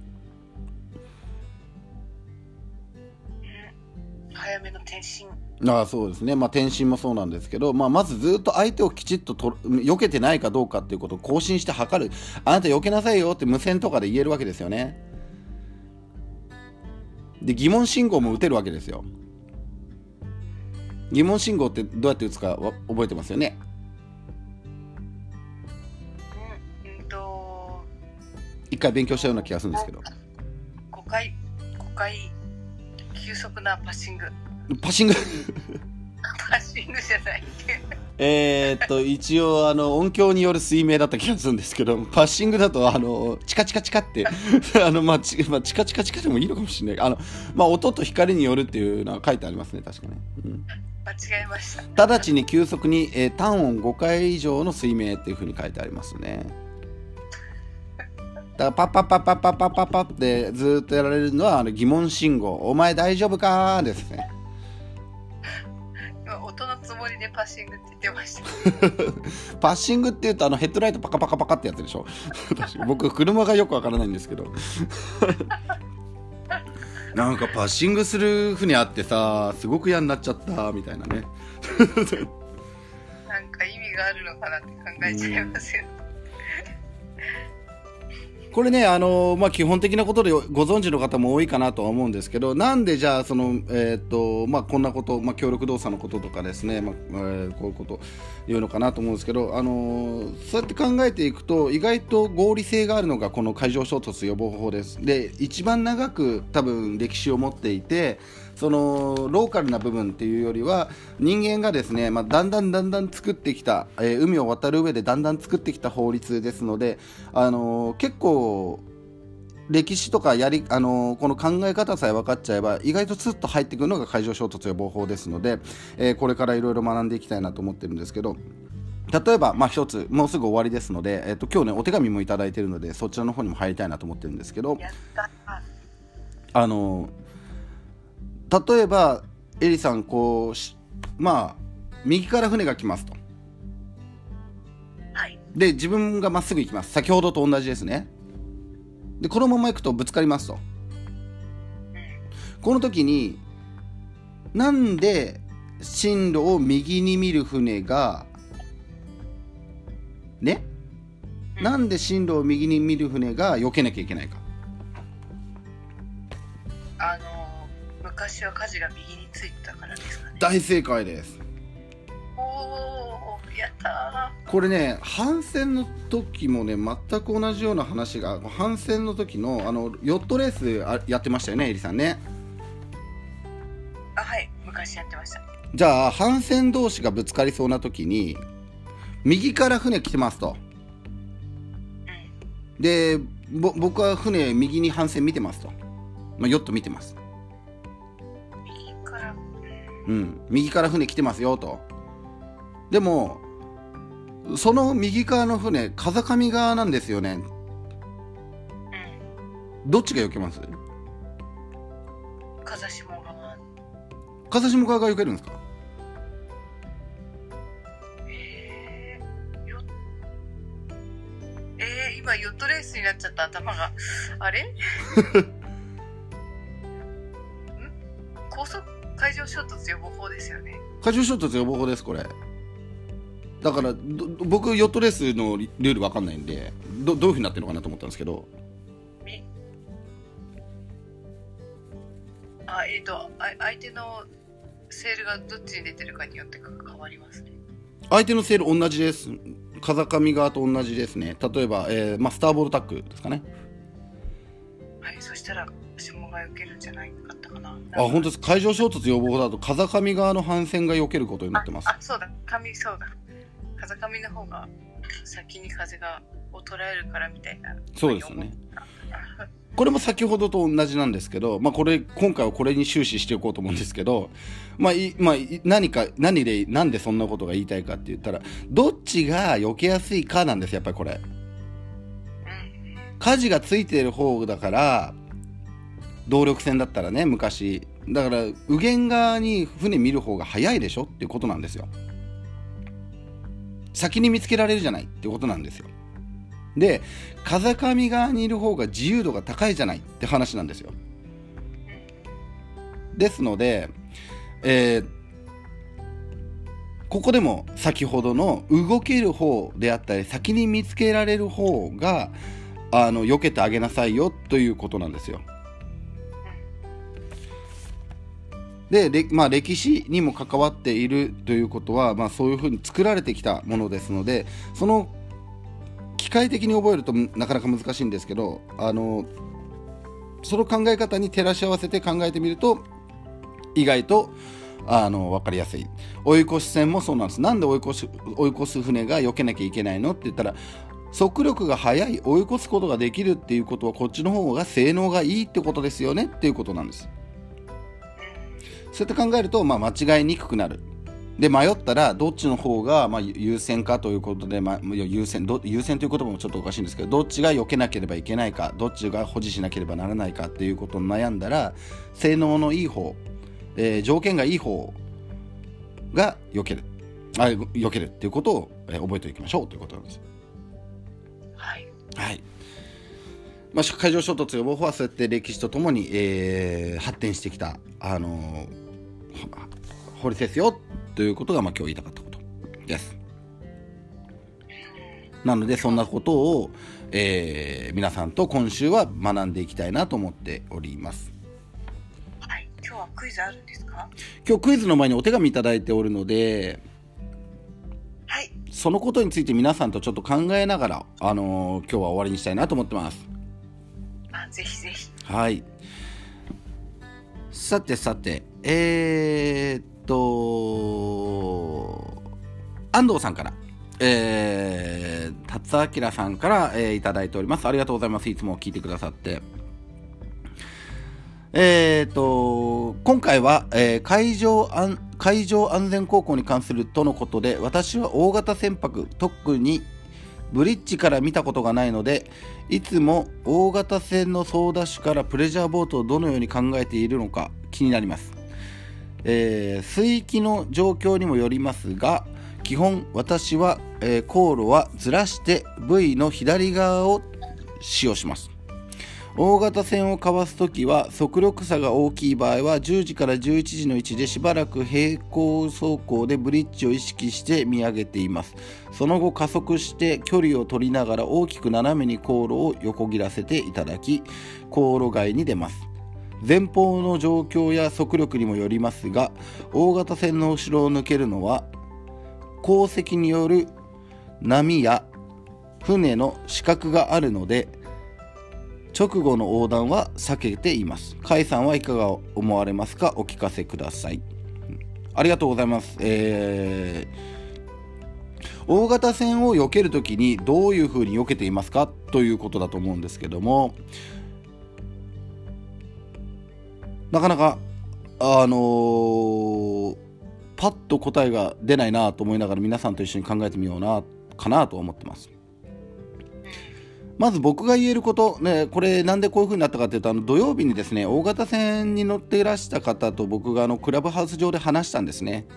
Speaker 2: 早めの転進。
Speaker 1: そうですね。転進もそうなんですけど、まずずっと相手をきちっと避けてないかどうかっていうことを更新して測る。あなた避けなさいよって無線とかで言えるわけですよね。で疑問信号も打てるわけですよ。疑問信号ってどうやって打つか覚えてますよね。一回勉強したような気がするんですけど、
Speaker 2: 5回急速なパッシング
Speaker 1: パッシング
Speaker 2: パッシングじゃない
Speaker 1: 一応音響による水鳴だった気がするんですけど、パッシングだとチカチカチカってチカチカチカでもいいのかもしれない。音と光によるっていうのは書いてありますね、確かね。
Speaker 2: 間違えました。
Speaker 1: 直ちに急速に、単音5回以上の水鳴っていう風に書いてありますね。だからパッパッパッパッパッパッパッパッってずっとやられるのは疑問信号、お前大丈夫かーですね。
Speaker 2: 今音のつもりでパッシングって言ってました。
Speaker 1: パッシングって言うとヘッドライトパカパカパカってやってるでしょ。僕車がよくわからないんですけどなんかパッシングする船あってさ、すごく嫌になっちゃったみたいなね。
Speaker 2: なんか意味があるのかなって考えちゃいますよ。
Speaker 1: これね、基本的なことでご存知の方も多いかなとは思うんですけど、なんでじゃあこんなこと、協力動作のこととかですね、こういうこと言うのかなと思うんですけど、そうやって考えていくと意外と合理性があるのがこの海上衝突予防法です。で、一番長く多分歴史を持っていて、そのローカルな部分っていうよりは人間がですね、だんだん作ってきた、海を渡る上でだんだん作ってきた法律ですので、結構歴史とかこの考え方さえ分かっちゃえば意外とスッと入ってくるのが海上衝突予防法ですので、これからいろいろ学んでいきたいなと思ってるんですけど、例えば一つもうすぐ終わりですので、今日ねお手紙もいただいているのでそちらの方にも入りたいなと思ってるんですけど、
Speaker 2: やった
Speaker 1: 例えばエリさん右から船が来ますと、
Speaker 2: はい、
Speaker 1: で自分がまっすぐ行きます。先ほどと同じですね。でこのまま行くとぶつかりますと、この時になんで進路を右に見る船がね、なんで進路を右に見る船が避けなきゃいけないか。
Speaker 2: 昔は舵が右についてたからですかね。
Speaker 1: 大正解です。
Speaker 2: おー、やったー。
Speaker 1: これね、帆船の時もね全く同じような話が、帆船の時のヨットレースやってましたよね、エリさんね。
Speaker 2: はい、昔やってました。
Speaker 1: じゃあ帆船同士がぶつかりそうな時に右から船来てますと、で僕は船右に帆船見てますと、ヨット見てます。右から船来てますよと。でもその右側の船風上側なんですよね。どっちが避けます？
Speaker 2: 風下側。
Speaker 1: 風下側が避けるんですか？
Speaker 2: 今ヨットレースになっちゃった。頭があれ高速海上衝突予防法ですよね。
Speaker 1: 海上衝突予防法です、これ。だから僕ヨットレースのルール分かんないんでどういう風になってるのかなと思ったんですけど、
Speaker 2: 相手のセールがどっちに出てるかによって変わりますね。
Speaker 1: 相手のセール同じです。風上側と同じですね。例えば、スターボールタックですかね。
Speaker 2: はい、そしたら下が避けるんじゃないかったかな。
Speaker 1: 本当です。海上衝突予防法だと風上側の帆船が避けることになってます。
Speaker 2: そうだ、そうだ、風上の方が先に風を捉えるからみたいな。
Speaker 1: そうですよね。これも先ほどと同じなんですけど、今回はこれに終始していこうと思うんですけど、なんでそんなことが言いたいかって言ったら、どっちが避けやすいかなんです。やっぱりこれ舵がついている方だから、動力船だったらね、昔だから右舷側に船見る方が早いでしょっていうことなんですよ。先に見つけられるじゃないっていうことなんですよ。で、風上側にいる方が自由度が高いじゃないって話なんですよ。ですので、ここでも先ほどの動ける方であったり先に見つけられる方が避けてあげなさいよということなんですよ。で、歴史にも関わっているということは、そういうふうに作られてきたものですので、その機械的に覚えるとなかなか難しいんですけど、その考え方に照らし合わせて考えてみると意外と分かりやすい。追い越し船もそうなんです。なんで追い越す船が避けなきゃいけないのって言ったら、速力が速い、追い越すことができるっていうことはこっちの方が性能がいいってことですよねっていうことなんです。そうやって考えると、間違いにくくなる。で迷ったらどっちの方が優先かということで、優先という言葉もちょっとおかしいんですけど、どっちが避けなければいけないか、どっちが保持しなければならないかっていうことを悩んだら、性能のいい方、条件がいい方が避けるっていうことを、覚えておきましょうということなんです。
Speaker 2: はい、
Speaker 1: はい。海上衝突予防法はそうやって歴史とともに、発展してきた、法律ですよということが、今日言いたかったことです。なのでそんなことを、皆さんと今週は学んでいきたいなと思っております。
Speaker 2: はい、今日はクイズあるんですか？
Speaker 1: 今日クイズの前にお手紙いただいておるので、
Speaker 2: はい、そ
Speaker 1: のことについて皆さんとちょっと考えながら、今日は終わりにしたいなと思ってます。
Speaker 2: ぜひぜひ。
Speaker 1: はい。さて安藤さんから、達明さんから、いただいております。ありがとうございます。いつも聞いてくださって。今回は、海上安全航行に関するとのことで、私は大型船舶、特にブリッジから見たことがないので、いつも大型船の操舵手からプレジャーボートをどのように考えているのか気になります。水域の状況にもよりますが、基本私は、航路はずらして V の左側を使用します。大型船をかわすときは速力差が大きい場合は10時から11時の位置でしばらく平行走行でブリッジを意識して見上げています。その後加速して距離を取りながら大きく斜めに航路を横切らせていただき、航路外に出ます。前方の状況や速力にもよりますが、大型船の後ろを抜けるのは航跡による波や船の死角があるので、直後の横断は避けています。甲斐さんはいかが思われますか？お聞かせください。ありがとうございます。大型船を避けるときにどういうふうに避けていますかということだと思うんですけども、なかなかパッと答えが出ないなと思いながら皆さんと一緒に考えてみようなかなと思ってます。まず僕が言えることね、これなんでこういう風になったかというと、土曜日にですね、大型船に乗っていらした方と僕がクラブハウス上で話したんですね。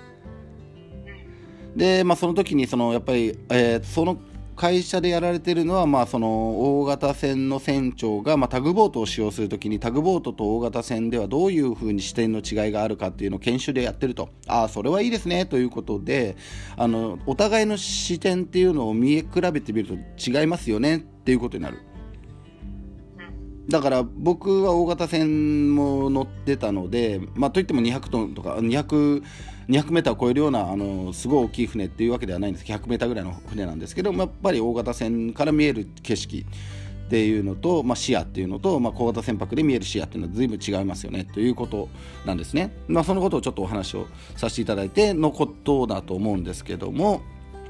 Speaker 1: で、その時にやっぱり、その会社でやられているのは、その大型船の船長が、タグボートを使用するときにタグボートと大型船ではどういう風に視点の違いがあるかっていうのを研修でやってると、それはいいですねということで、お互いの視点っていうのを見比べてみると違いますよねっていうことになる。だから僕は大型船も乗ってたので、といっても200トンとか200メーターを超えるようなすごい大きい船っていうわけではないんです。100メーターぐらいの船なんですけど、やっぱり大型船から見える景色っていうのと、視野っていうのと、小型船舶で見える視野っていうのは随分違いますよねということなんですね。そのことをちょっとお話をさせていただいてのことだと思うんですけども、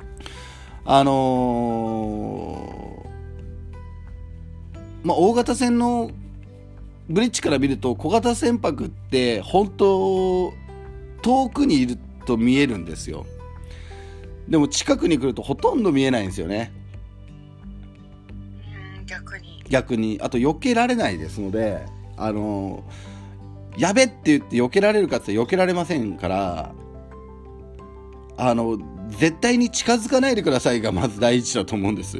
Speaker 1: 大型船のブリッジから見ると小型船舶って本当遠くにいると見えるんですよ。でも近くに来るとほとんど見えないんですよね。逆にあと避けられないですので、やべって言って避けられるかって避けられませんから、絶対に近づかないでくださいがまず第一だと思うんです。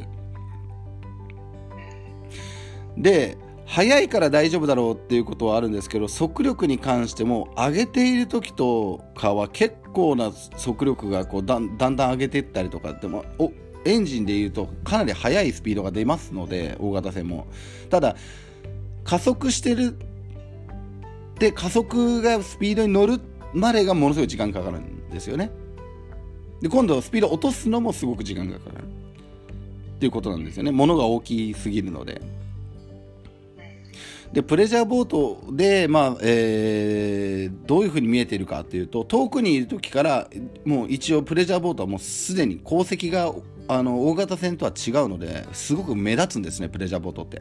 Speaker 1: で、速いから大丈夫だろうっていうことはあるんですけど、速力に関しても上げている時とかは結構な速力がだんだん上げていったりとか、でもエンジンでいうとかなり速いスピードが出ますので、大型船もただ加速してるで、加速がスピードに乗るまでがものすごい時間かかるんですよね。で今度スピード落とすのもすごく時間がかかるっていうことなんですよね。物が大きすぎるので。 でプレジャーボートで、どういうふうに見えているかというと、遠くにいる時からもう一応プレジャーボートはもうすでに航跡が大型船とは違うのですごく目立つんですね、プレジャーボートって。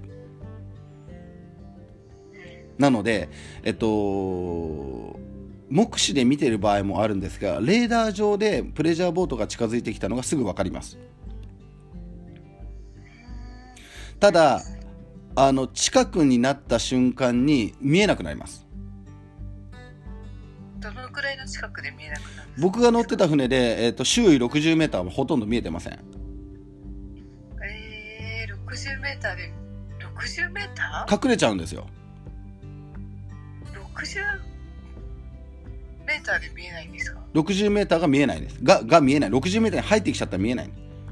Speaker 1: なので、目視で見ている場合もあるんですが、レーダー上でプレジャーボートが近づいてきたのがすぐ分かります。ただ近くになった瞬間に見えなくなります。
Speaker 2: どのくらいの近くで見えなくなるんですか？
Speaker 1: 僕が乗ってた船で、周囲60メーターはほとんど見えてません。
Speaker 2: 60メーターで60メーター
Speaker 1: 隠れちゃうんですよ。
Speaker 2: 60メーターで見えないんですか
Speaker 1: ？60メーターが見えないんです。が見えない。60メーターに入ってきちゃったら見えない。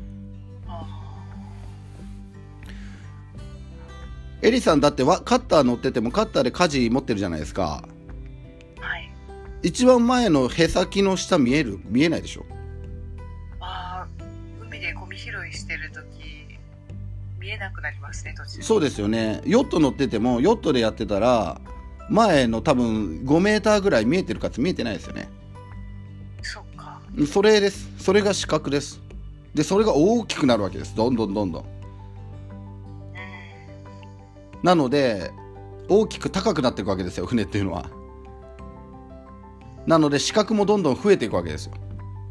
Speaker 1: エリさんだってカッター乗っててもカッターで舵持ってるじゃないですか。
Speaker 2: はい。
Speaker 1: 一番前のへさきの下見えないでしょ。
Speaker 2: 海でゴミ拾いしてるとき見えなくなりますね、途中。
Speaker 1: そうですよね。ヨット乗っててもヨットでやってたら前の多分5メーターぐらい見えてるかって見えてないですよね。
Speaker 2: そっか。
Speaker 1: それです。それが視覚です。でそれが大きくなるわけです。どんどん。なので大きく高くなっていくわけですよ、船っていうのは。なので視覚もどんどん増えていくわけですよ。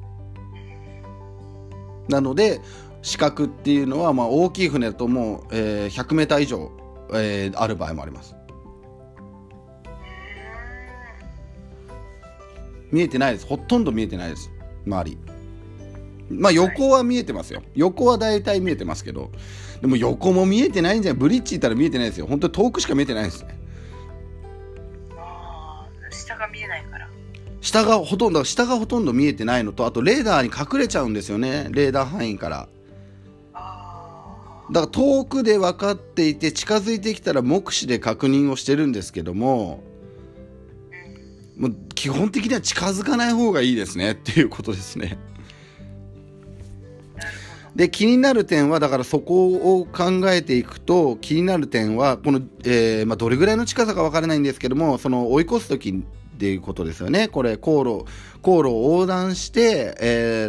Speaker 1: なので視覚っていうのは、大きい船だともう、100メーター以上、ある場合もあります。見えてないです。ほとんど見えてないです、周り。横は見えてますよ。横はだいたい見えてますけど、でも横も見えてないんじゃない。ブリッジ行ったら見えてないですよ。本当に遠くしか見えてないですね。
Speaker 2: 下が見えないから。
Speaker 1: 下がほとんど見えてないのと、あとレーダーに隠れちゃうんですよね、レーダー範囲から。だから遠くで分かっていて近づいてきたら目視で確認をしてるんですけども、もう基本的には近づかない方がいいですねっていうことですね。で気になる点はだからそこを考えていくと、気になる点はこの、どれぐらいの近さか分からないんですけども、その追い越す時っていうことですよね。これ航路を横断して、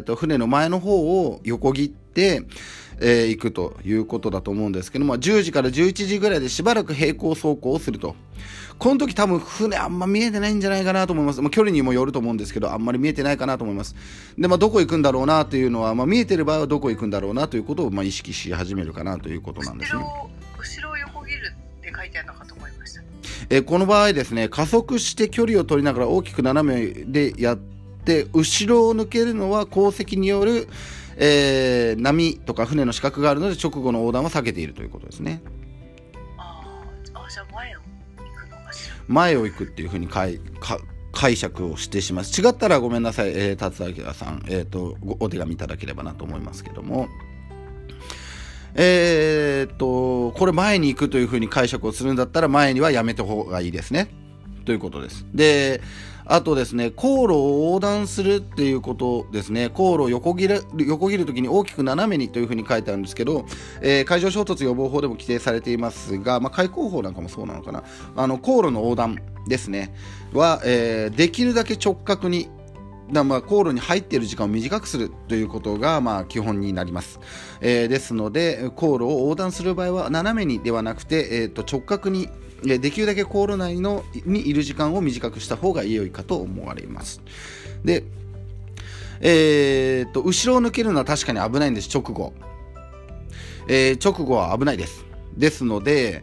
Speaker 1: 船の前の方を横切って行くということだと思うんですけども、10時から11時ぐらいでしばらく平行走行をすると。この時多分船あんま見えてないんじゃないかなと思います。距離にもよると思うんですけど、あんまり見えてないかなと思います。で、どこ行くんだろうなというのは、見えてる場合はどこ行くんだろうなということを、意識し始めるかなということなんですね。
Speaker 2: 後ろを横切るって書いてあるのかと思いました。
Speaker 1: この場合ですね、加速して距離を取りながら大きく斜めでやって後ろを抜けるのは航跡による、波とか船の死角があるので直後の横断は避けているということですね。
Speaker 2: じゃあ
Speaker 1: 前を行くっていうふうに解釈をしてしまいます。違ったらごめんなさい、達明さん、お手紙いただければなと思いますけども、これ前に行くというふうに解釈をするんだったら前にはやめた方がいいですねということです。であとですね、航路を横断するっていうことですね。航路を横切るときに大きく斜めにというふうに書いてあるんですけど、海上衝突予防法でも規定されていますが、海航法なんかもそうなのかな。航路の横断ですねは、できるだけ直角に航路に入っている時間を短くするということが基本になります。ですので航路を横断する場合は斜めにではなくて、直角にできるだけ航路内にいる時間を短くした方が良いかと思われます。で、後ろを抜けるのは確かに危ないんです。直後は危ないです。ですので、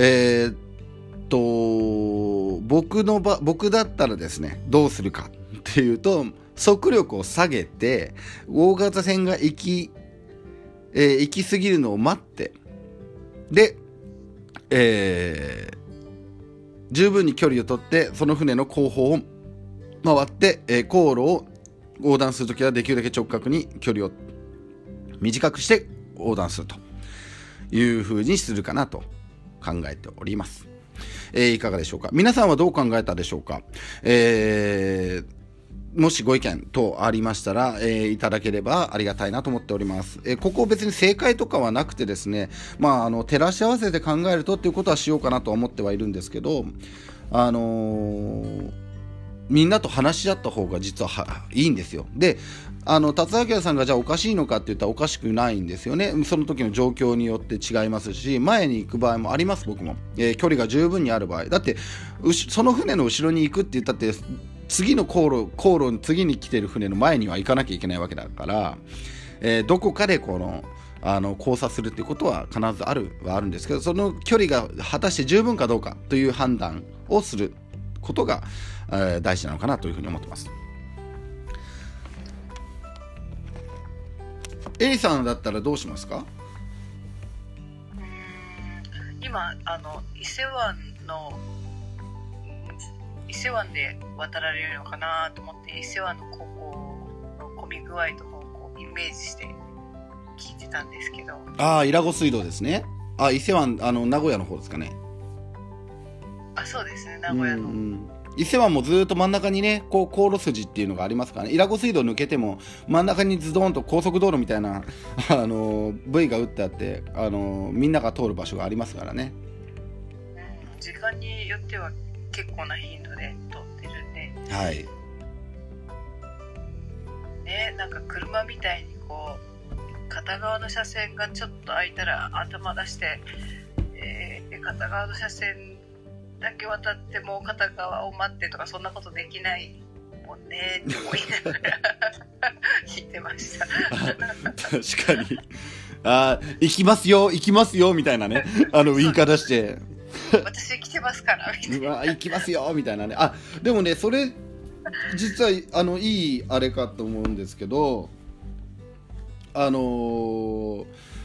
Speaker 1: 僕だったらですね、どうするかっていうと、速力を下げて大型船が行き過ぎるのを待って、で、十分に距離を取ってその船の後方を回って、航路を横断するときはできるだけ直角に距離を短くして横断するというふうにするかなと考えております。いかがでしょうか。皆さんはどう考えたでしょうか。 もしご意見等ありましたら、いただければありがたいなと思っております。ここ別に正解とかはなくてですね、照らし合わせて考えるとっていうことはしようかなとは思ってはいるんですけど、みんなと話し合った方が実はいいんですよ。で、達明さんがじゃあおかしいのかって言ったらおかしくないんですよね。その時の状況によって違いますし、前に行く場合もあります。僕も、距離が十分にある場合だって、その船の後ろに行くって言ったって次の航路に次に来てる船の前には行かなきゃいけないわけだから、どこかで交差するっていうことは必ずあるんですけど、その距離が果たして十分かどうかという判断をすることが、大事なのかなというふうに思ってます。エリさんだったらどうしますか？
Speaker 2: 今伊勢湾で渡られるのかなと思って、伊勢湾の航行の混み具合とかをイメージして聞いてたんですけど。
Speaker 1: 伊良湖水道ですね。伊勢湾名古屋の方ですかね。
Speaker 2: そうですね、名古屋の。
Speaker 1: 伊勢湾もずっと真ん中にね、航路筋っていうのがありますからね。伊良湖水道抜けても真ん中にズドンと高速道路みたいな部位が打ってあって、みんなが通る場所がありますからね。
Speaker 2: 時間によっては結構な頻度で通ってるんで、
Speaker 1: はい
Speaker 2: ね、なんか車みたいに片側の車線がちょっと空いたら頭出して、片側の車線だけ渡ってもう片側を待ってとか、そんなことできないもんねって思いながら聞いてました。
Speaker 1: 確かに行きますよみたいなね、ウインカー出して
Speaker 2: 私来てますからみたいな、
Speaker 1: 行きますよみたいなね。でもね、それ実はいいあれかと思うんですけど、こ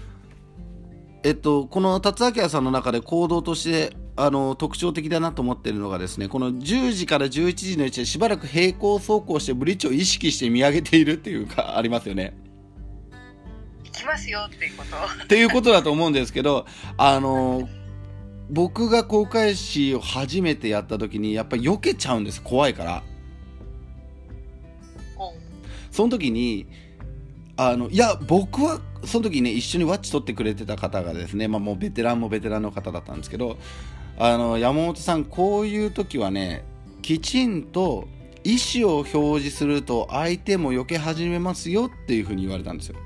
Speaker 1: の達明さんの中で行動として特徴的だなと思っているのがですね、この10時から11時のうちでしばらく平行走行してブリッジを意識して見上げているっていうかありますよね。
Speaker 2: 行きますよっていうこと
Speaker 1: っていうことだと思うんですけど、僕が航海士を初めてやった時にやっぱり避けちゃうんです、怖いから。その時に僕はその時ね、一緒にワッチ取ってくれてた方がですね、もうベテランの方だったんですけど、山本さん、こういう時はね、きちんと意思を表示すると相手も避け始めますよっていう風に言われたんですよ。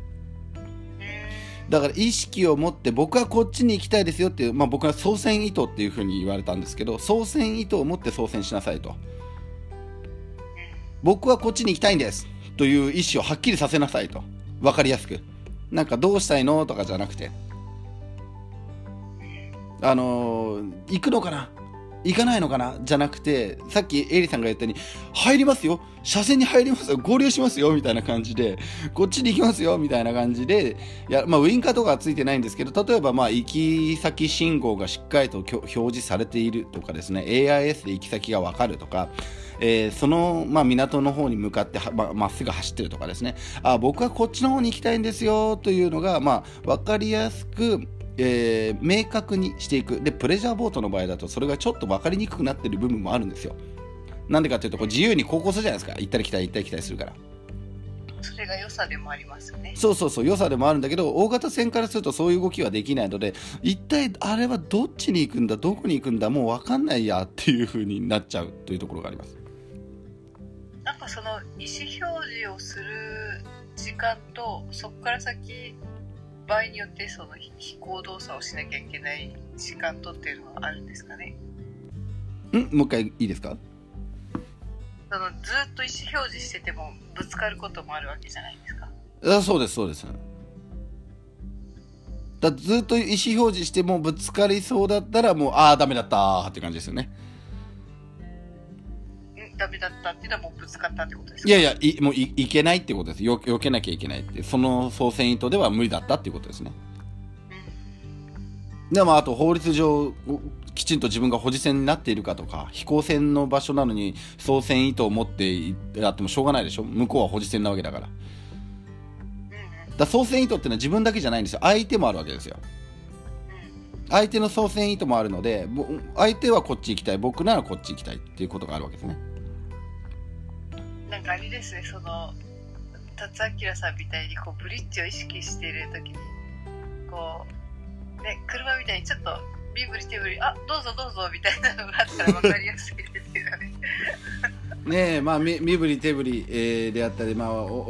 Speaker 1: だから意識を持って、僕はこっちに行きたいですよっていう、僕は操船意図っていう風に言われたんですけど、操船意図を持って操船しなさいと。僕はこっちに行きたいんですという意思をはっきりさせなさいと。分かりやすく、なんかどうしたいのとかじゃなくて、行くのかな行かないのかなじゃなくて、さっきエリさんが言ったように、入りますよ、車線に入りますよ、合流しますよみたいな感じで、こっちに行きますよみたいな感じで、ウインカーとかはついてないんですけど、例えば行き先信号がしっかりと表示されているとかですね、 AIS で行き先が分かるとか、その、港の方に向かってまっすぐ走ってるとかですね、僕はこっちの方に行きたいんですよというのが、分かりやすく、明確にしていく。でプレジャーボートの場合だとそれがちょっと分かりにくくなってる部分もあるんですよ。なんでかというと、自由に航行するじゃないですか、行ったり来たりするから。
Speaker 2: それが良さでもありますよね。
Speaker 1: そう良さでもあるんだけど、大型船からするとそういう動きはできないので、一体あれはどっちに行くんだ、どこに行くんだ、もう分かんないやっていう風になっちゃうというところがあります。
Speaker 2: なんかその意思表示をする時間と、そこから先場合によってその飛行動作をしなきゃいけない時間とっていうのはあるんですかね。
Speaker 1: もう一回いいですか。
Speaker 2: ずっと意思表示しててもぶつかることもあるわけじゃないですか。
Speaker 1: そうですだ、ずっと意思表示してもぶつかりそうだったら、もうダメだったって感じですよね。
Speaker 2: ダメだったっていうのはもうぶつかったってことですか。
Speaker 1: いやもういけないってことです。避けなきゃいけないって、その操船意図では無理だったっていうことですね。であと法律上きちんと自分が保持船になっているかとか、飛行船の場所なのに操船意図を持ってやってもしょうがないでしょ、向こうは保持船なわけだから。操船意図っていうのは自分だけじゃないんですよ、相手もあるわけですよ。相手の操船意図もあるので、相手はこっち行きたい、僕ならこっち行きたいっていうことがあるわけですね。
Speaker 2: なんかあれですね、その達明さんみたいにこうブリッジを意識している時にこうね、車みたいにちょっと身振り手振り、あ、どうぞどうぞみたいなのがあったら分かりやすいですよね。
Speaker 1: ねえ、まあ身振り手振り、であったり、まあ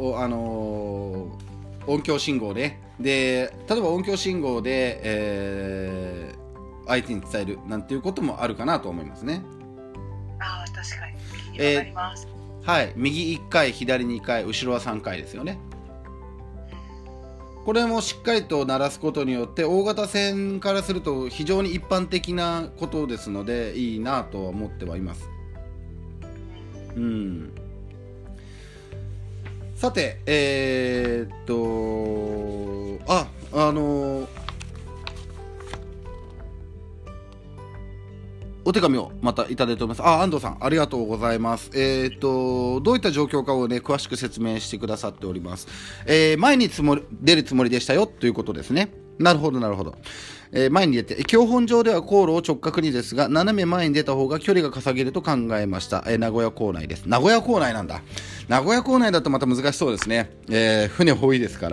Speaker 1: 音響信号ね。で、例えば音響信号で、相手に伝えるなんていうこともあるかなと思いますね。
Speaker 2: ああ、確かに。気になります。
Speaker 1: はい、右1回、左2回、後ろは3回ですよね。これもしっかりと鳴らすことによって大型船からすると非常に一般的なことですのでいいなとは思ってはいます。うん。さて、お手紙をまたいただいております。安藤さん、ありがとうございます。どういった状況かをね、詳しく説明してくださっております。前に出るつもりでしたよということですね。なるほど、なるほど。前に出て、教本上では航路を直角にですが、斜め前に出た方が距離が稼げると考えました。名古屋港内です。名古屋港内なんだ。名古屋港内だとまた難しそうですね。船多いですから。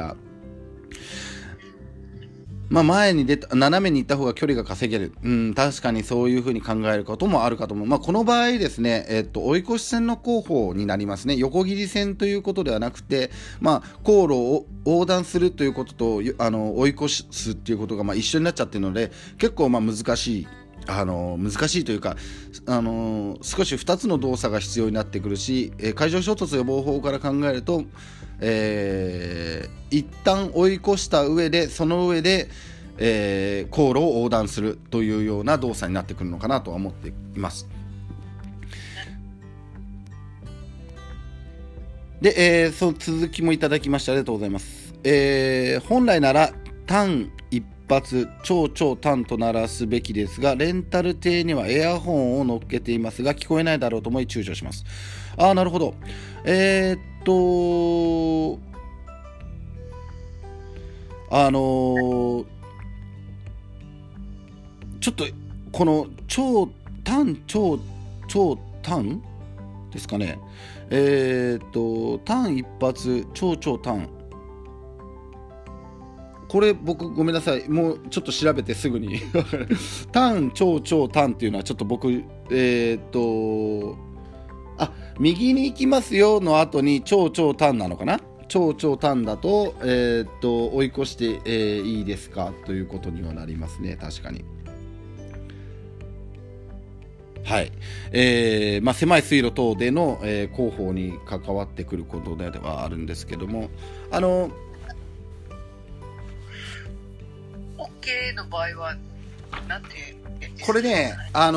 Speaker 1: まあ、前に出た斜めに行った方が距離が稼げる、確かにそういうふうに考えることもあるかと思う。まあ、この場合ですね、追い越し線の候補になりますね。横切り線ということではなくて、まあ、航路を横断するということと追い越すということが一緒になっちゃってるので、結構難しい。難しいというか、少し2つの動作が必要になってくるし、海上衝突予防法から考えると、一旦追い越した上でその上で、航路を横断するというような動作になってくるのかなとは思っています。で、その続きもいただきましてありがとうございます。本来なら単一発超短と鳴らすべきですが、レンタル艇にはエアホンを乗っけていますが聞こえないだろうと思い躊躇します。なるほど。ちょっとこの超短ですかね。単一発超短、これ僕ごめんなさい、もうちょっと調べてすぐに単超短っていうのはちょっと僕右に行きますよの後に超短なのかな。超短だと、追い越して、いいですかということにはなりますね。確かに。はい。狭い水路等での、広報に関わってくることではあるんですけども、
Speaker 2: OK の場合はなんて
Speaker 1: これね、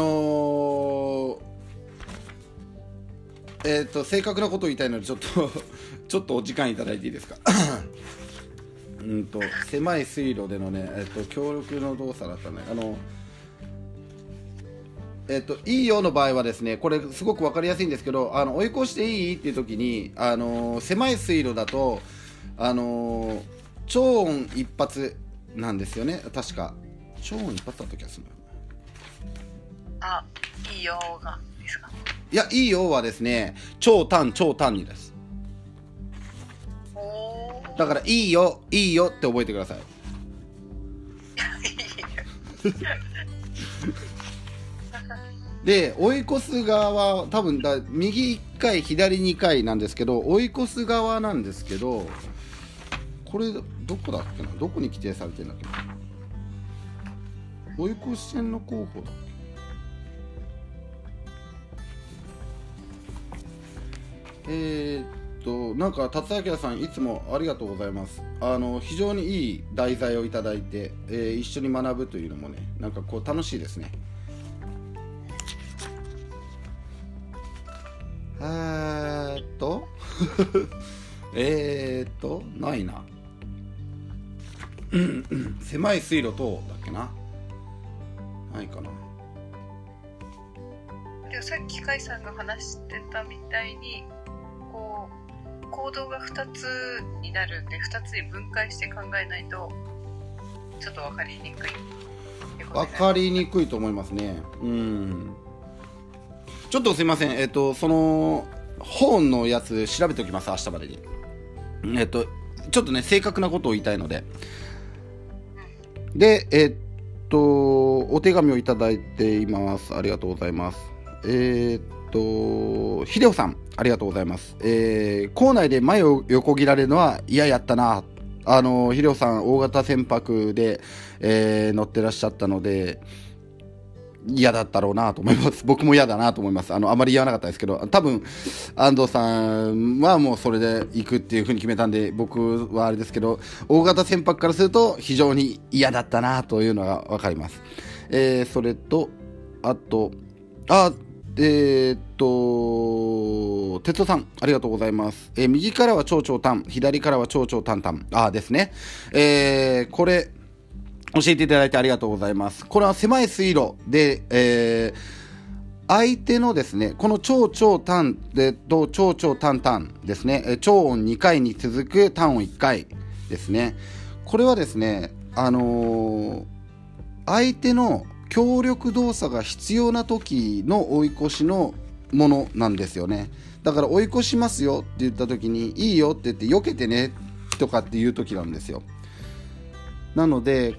Speaker 1: 正確なことを言いたいのでちょっとお時間いただいていいですか。狭い水路でのね、協力の動作だったね。いいよの場合はですね、これすごく分かりやすいんですけど、追い越していいっていう時に、狭い水路だと超音一発なんですよね。確か超音一発だった気がする。
Speaker 2: いいよがですか。
Speaker 1: いや、いいよはですね、超短にです。だからいいよって覚えてください。で、追い越す側は多分右1回左2回なんですけど、追い越す側なんですけど、これどこだっけな、どこに規定されてるんだっけな。追い越し線の候補だっけ。なんか達明さんいつもありがとうございます。非常にいい題材をいただいて、一緒に学ぶというのもね、なんかこう楽しいですね。ないな。狭い水路等だっけな。ないかな。
Speaker 2: でもさっき甲斐さんが話してたみたいに、こう行動が2つになるんで、2つに分解して考えないとちょっと分かりにくい。
Speaker 1: 分かりにくいと思いますね。ちょっとすいません。 本のやつ調べておきます、明日までに。ちょっとね正確なことを言いたいので。でお手紙をいただいています。ありがとうございます。ヒデオさんありがとうございます。校内で前を横切られるのは嫌やったな。ヒデオさん大型船舶で、乗ってらっしゃったので嫌だったろうなと思います。僕も嫌だなと思います。あまり言わなかったですけど、多分安藤さんはもうそれで行くっていう風に決めたんで、僕はあれですけど、大型船舶からすると非常に嫌だったなというのが分かります。それとあと哲夫さんありがとうございます。右からは超長短、左からは超長短々ですね。これ教えていただいてありがとうございます。これは狭い水路で、相手のですね、この超長短でと超長短々ですね、長音2回に続く短音1回ですね。これはですね、相手の協力動作が必要な時の追い越しのものなんですよね。だから追い越しますよって言った時にいいよって言って避けてねとかっていう時なんですよ。なので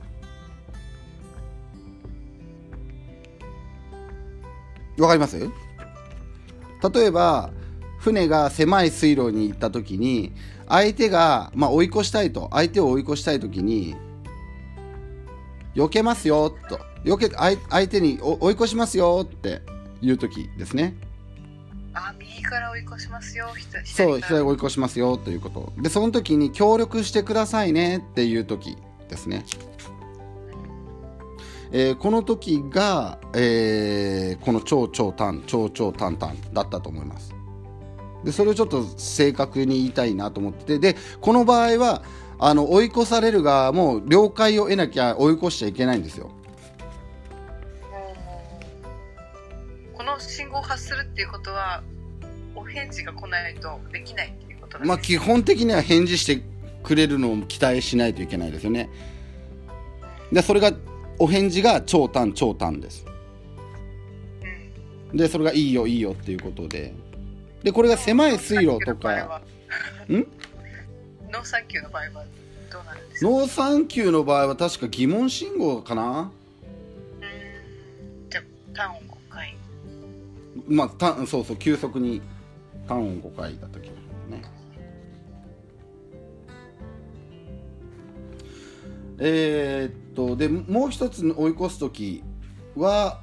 Speaker 1: わかります？例えば船が狭い水路に行った時に相手が、追い越したいと、相手を追い越したい時に避けますよと、相手に追い越しますよっていう時ですね。
Speaker 2: 右から追い越しますよ、
Speaker 1: そう、左追い越しますよということで、その時に協力してくださいねっていう時ですね。この時が、この超長短だったと思います。でそれをちょっと正確に言いたいなと思ってて、でこの場合は追い越される側も了解を得なきゃ追い越しちゃいけないんですよ。
Speaker 2: この信号を発するっていうことはお返事が来ないとできないっていうことなんですか？
Speaker 1: 基本的には返事してくれるのを期待しないといけないですよね。でそれがお返事が長短です。でそれがいいよっていうことで、これが狭い水路とか
Speaker 2: ノーサンキューの場合はどうなるんですか？
Speaker 1: ノーサンキューの場合は確か疑問信号かな。
Speaker 2: じゃあ単音5回、
Speaker 1: そう急速に単音5回だった気がしますね。でもう一つ追い越すときは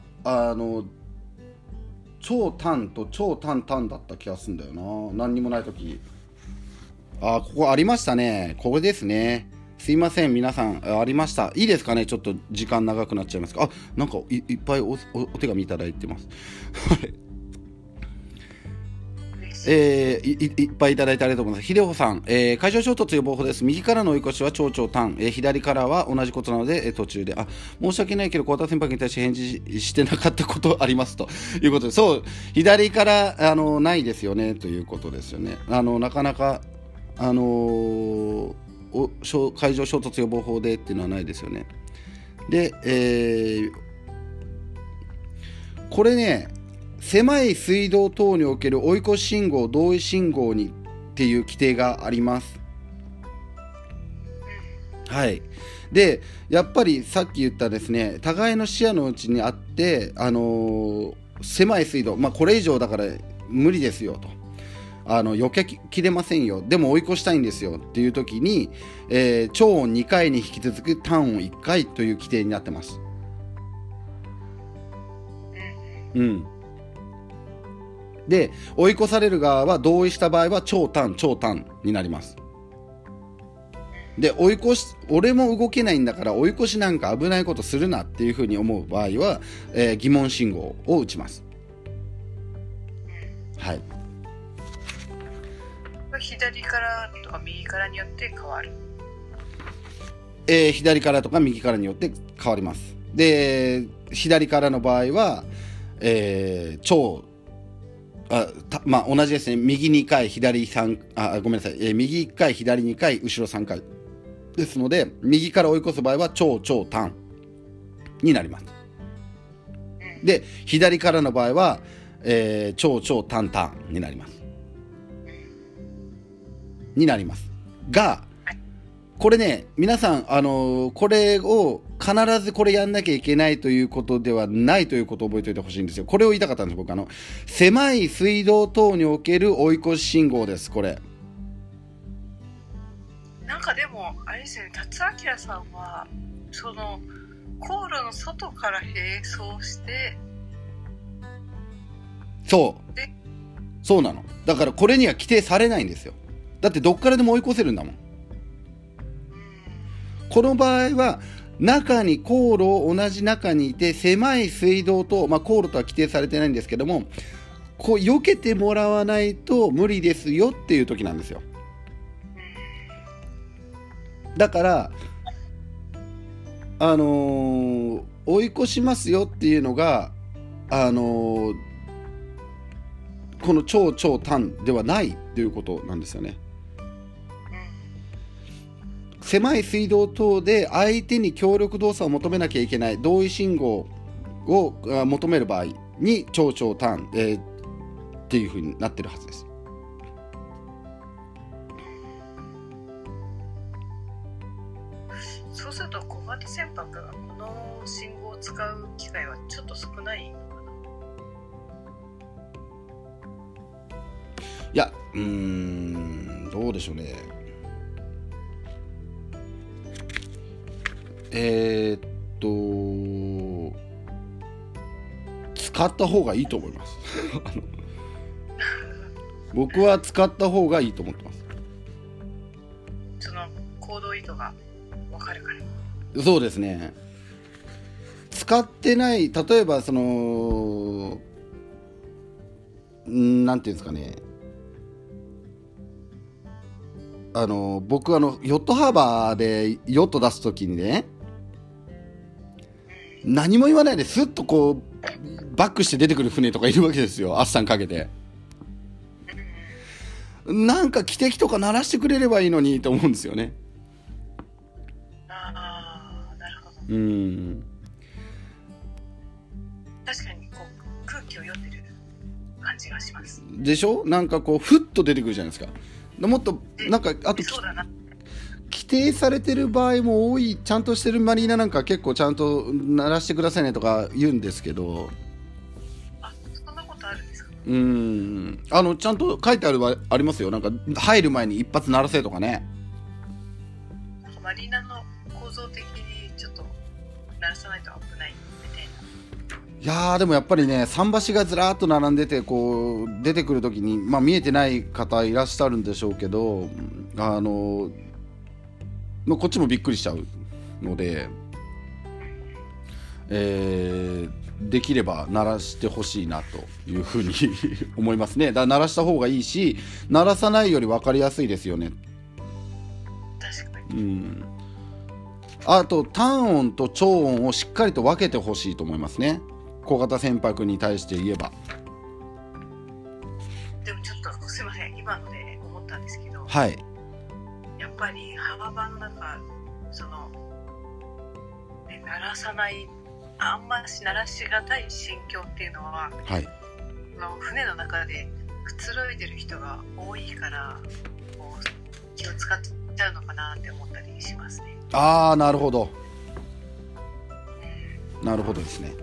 Speaker 1: 超短と超短々だった気がするんだよな。何にもないとき、ここありましたね。これですね。すいません皆さん、ありました。いいですかね、ちょっと時間長くなっちゃいますか。なんか いっぱい お手紙いただいてますいっぱいいただいてありがとうございます。秀穂さん、海上衝突予防法です。右からの追い越しは超長短、左からは同じことなので、途中で申し訳ないけど小型船舶に対して返事してなかったことありますということで、そう左からないですよねということですよね。なかなか海上衝突予防法でっていうのはないですよね。で、これね、狭い水道等における追い越し信号同意信号にっていう規定があります。はい。でやっぱりさっき言ったですね、互いの視野のうちにあって、狭い水道、これ以上だから無理ですよと、避けきれませんよ、でも追い越したいんですよっていう時に、長音2回に引き続く短音1回という規定になってます。で追い越される側は同意した場合は長短になります。で俺も動けないんだから追い越しなんか危ないことするなっていうふうに思う場合は、疑問信号を打ちます。はい。
Speaker 2: 左からとか右からによって変わる。
Speaker 1: 左からとか右からによって変わります。で左からの場合は、同じですね。右2回左3、ごめんなさい、右1回左2回後ろ3回ですので、右から追い越す場合は長短になります。で左からの場合は、 超超タンタンになりますが、これね皆さん、これを必ずこれやんなきゃいけないということではないということを覚えておいてほしいんですよ。これを言いたかったんです。僕狭い水道等における追い越し信号です。これ
Speaker 2: なんかでもあれですよね、達明さんはその航路の外から並走して、
Speaker 1: そうなの。だからこれには規定されないんですよ。だってどっからでも追い越せるんだもん。この場合は中に航路を同じ中にいて狭い水道と、航路とは規定されてないんですけども、こう避けてもらわないと無理ですよっていう時なんですよ。だから追い越しますよっていうのがこの超超短ではないということなんですよね。狭い水道等で相手に協力動作を求めなきゃいけない同意信号を求める場合に超超短、っていう風になってるはずです。
Speaker 2: そうすると小型船舶がこの信号を使う機会はちょっと少ないのかな。
Speaker 1: いやどうでしょうね。使った方がいいと思います僕は使った方がいいと思ってます。
Speaker 2: その行動意図が分かるから。
Speaker 1: そうですね。使ってない、例えばそのなんていうんですかね、僕ヨットハーバーでヨット出すときにね、何も言わないでスッとこうバックして出てくる船とかいるわけですよ。アッサンかけてなんか汽笛とか鳴らしてくれればいいのにと思うんですよね。
Speaker 2: ああ、なるほど。確かにこう空気を読んでる感じがします。
Speaker 1: でしょ。なんかこうふっと出てくるじゃないですか。もっとなんかあと
Speaker 2: そうだな、
Speaker 1: 規定されてる場合も多い。ちゃんとしてるマリーナなんか結構ちゃんと鳴らしてくださいねとか言うんですけど、
Speaker 2: あ、そんなことあるんですか。
Speaker 1: ちゃんと書いてありますよ。なんか入る前に一発鳴らせとかね。
Speaker 2: なんかマリーナの構造的にちょっと鳴らさないと危ないみたいな。
Speaker 1: いやーでもやっぱりね、桟橋がずらーっと並んでてこう出てくるときに、見えてない方いらっしゃるんでしょうけど、こっちもびっくりしちゃうので、できれば鳴らしてほしいなというふうに思いますね。だから鳴らした方がいいし、鳴らさないより分かりやすいですよね。
Speaker 2: 確かに。
Speaker 1: あと単音と超音をしっかりと分けてほしいと思いますね。小型船舶に対して言えば。
Speaker 2: でもちょっとすいません、今ので思ったんですけど、
Speaker 1: はい。
Speaker 2: やっぱり幅場の中、その、鳴らさない、あんまし鳴らしがたい心境っていうのは、
Speaker 1: はい、
Speaker 2: 船の中でくつろいでる人が多いからこう気を使っちゃうのかなって思ったりしますね。
Speaker 1: ああ、なるほど、なるほどですね。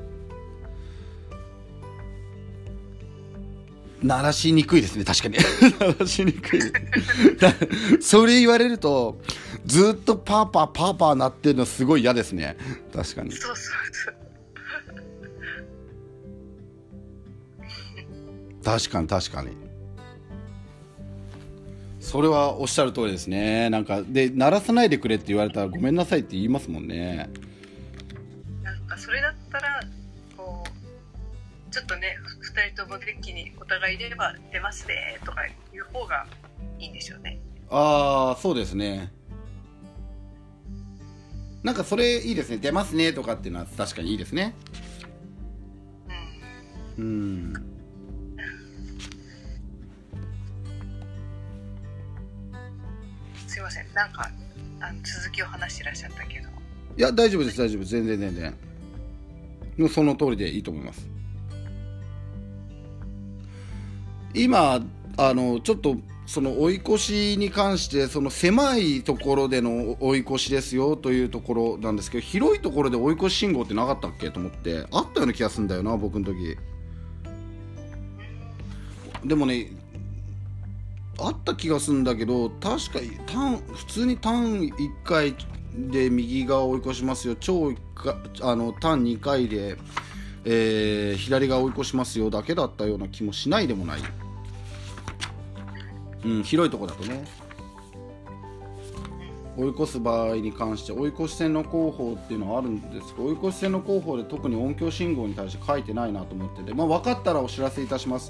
Speaker 1: 鳴らしにくいですね、確かに鳴らしにくいそれ言われるとずっとパーパーパーパー鳴ってるのすごい嫌ですね。確かに。
Speaker 2: そう
Speaker 1: 確かにそれはおっしゃる通りですね。なんかで鳴らさないでくれって言われたらごめんなさいって言いますもんね。
Speaker 2: なんかそれだったらこうちょっとね、2人ともデッキにお互い入れれば出ますねとかいう方がいいんでしょうね。
Speaker 1: ああ、そうですね。なんかそれいいですね。出ますねとかっていうのは確かにいいですね。
Speaker 2: すいません、なんか続きを話してらっしゃったけど。
Speaker 1: いや、大丈夫です、大丈夫です。全然もうその通りでいいと思います。 今ちょっとその追い越しに関してその狭いところでの追い越しですよというところなんですけど、広いところで追い越し信号ってなかったっけと思って、あったような気がするんだよな僕の時。でもねあった気がするんだけど、確か普通にターン1回で右側追い越しますよ、ターン2回で、左側追い越しますよだけだったような気もしないでもない。広いところだとね。追い越す場合に関して追い越し線の広報っていうのはあるんですけど、追い越し線の広報で特に音響信号に対して書いてないなと思ってて、分かったらお知らせいたします。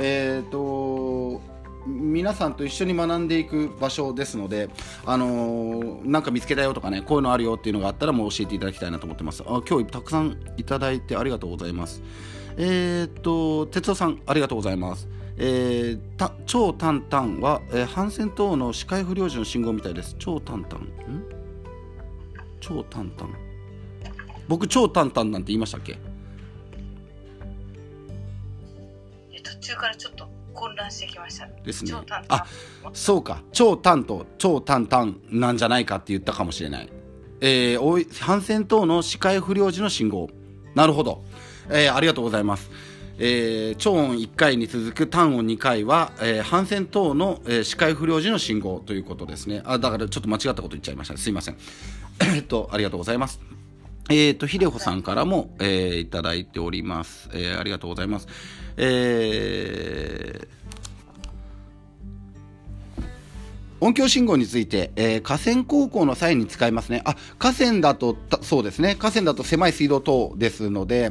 Speaker 1: 皆さんと一緒に学んでいく場所ですので、なんか見つけたよとかね、こういうのあるよっていうのがあったらもう教えていただきたいなと思ってます。今日たくさんいただいてありがとうございます。哲夫さんありがとうございます。超タンタンは、反戦等の視界不良時の信号みたいです。超タンタン超タンタン、僕超タンタンなんて言いましたっけ？
Speaker 2: 途中からちょっと混乱してきました
Speaker 1: ですね。
Speaker 2: 超タンタン、
Speaker 1: そうか、超タンと超タンタンなんじゃないかって言ったかもしれない。反戦等の視界不良時の信号、なるほど、ありがとうございます。超音1回に続く単音2回は、反戦等の、視界不良時の信号ということですね。だからちょっと間違ったこと言っちゃいました、すいません。ありがとうございます。ひでほさんからも、いただいております。ありがとうございます。音響信号について、河川航行の際に使いますね。河川だとそうですね、河川だと狭い水道等ですので、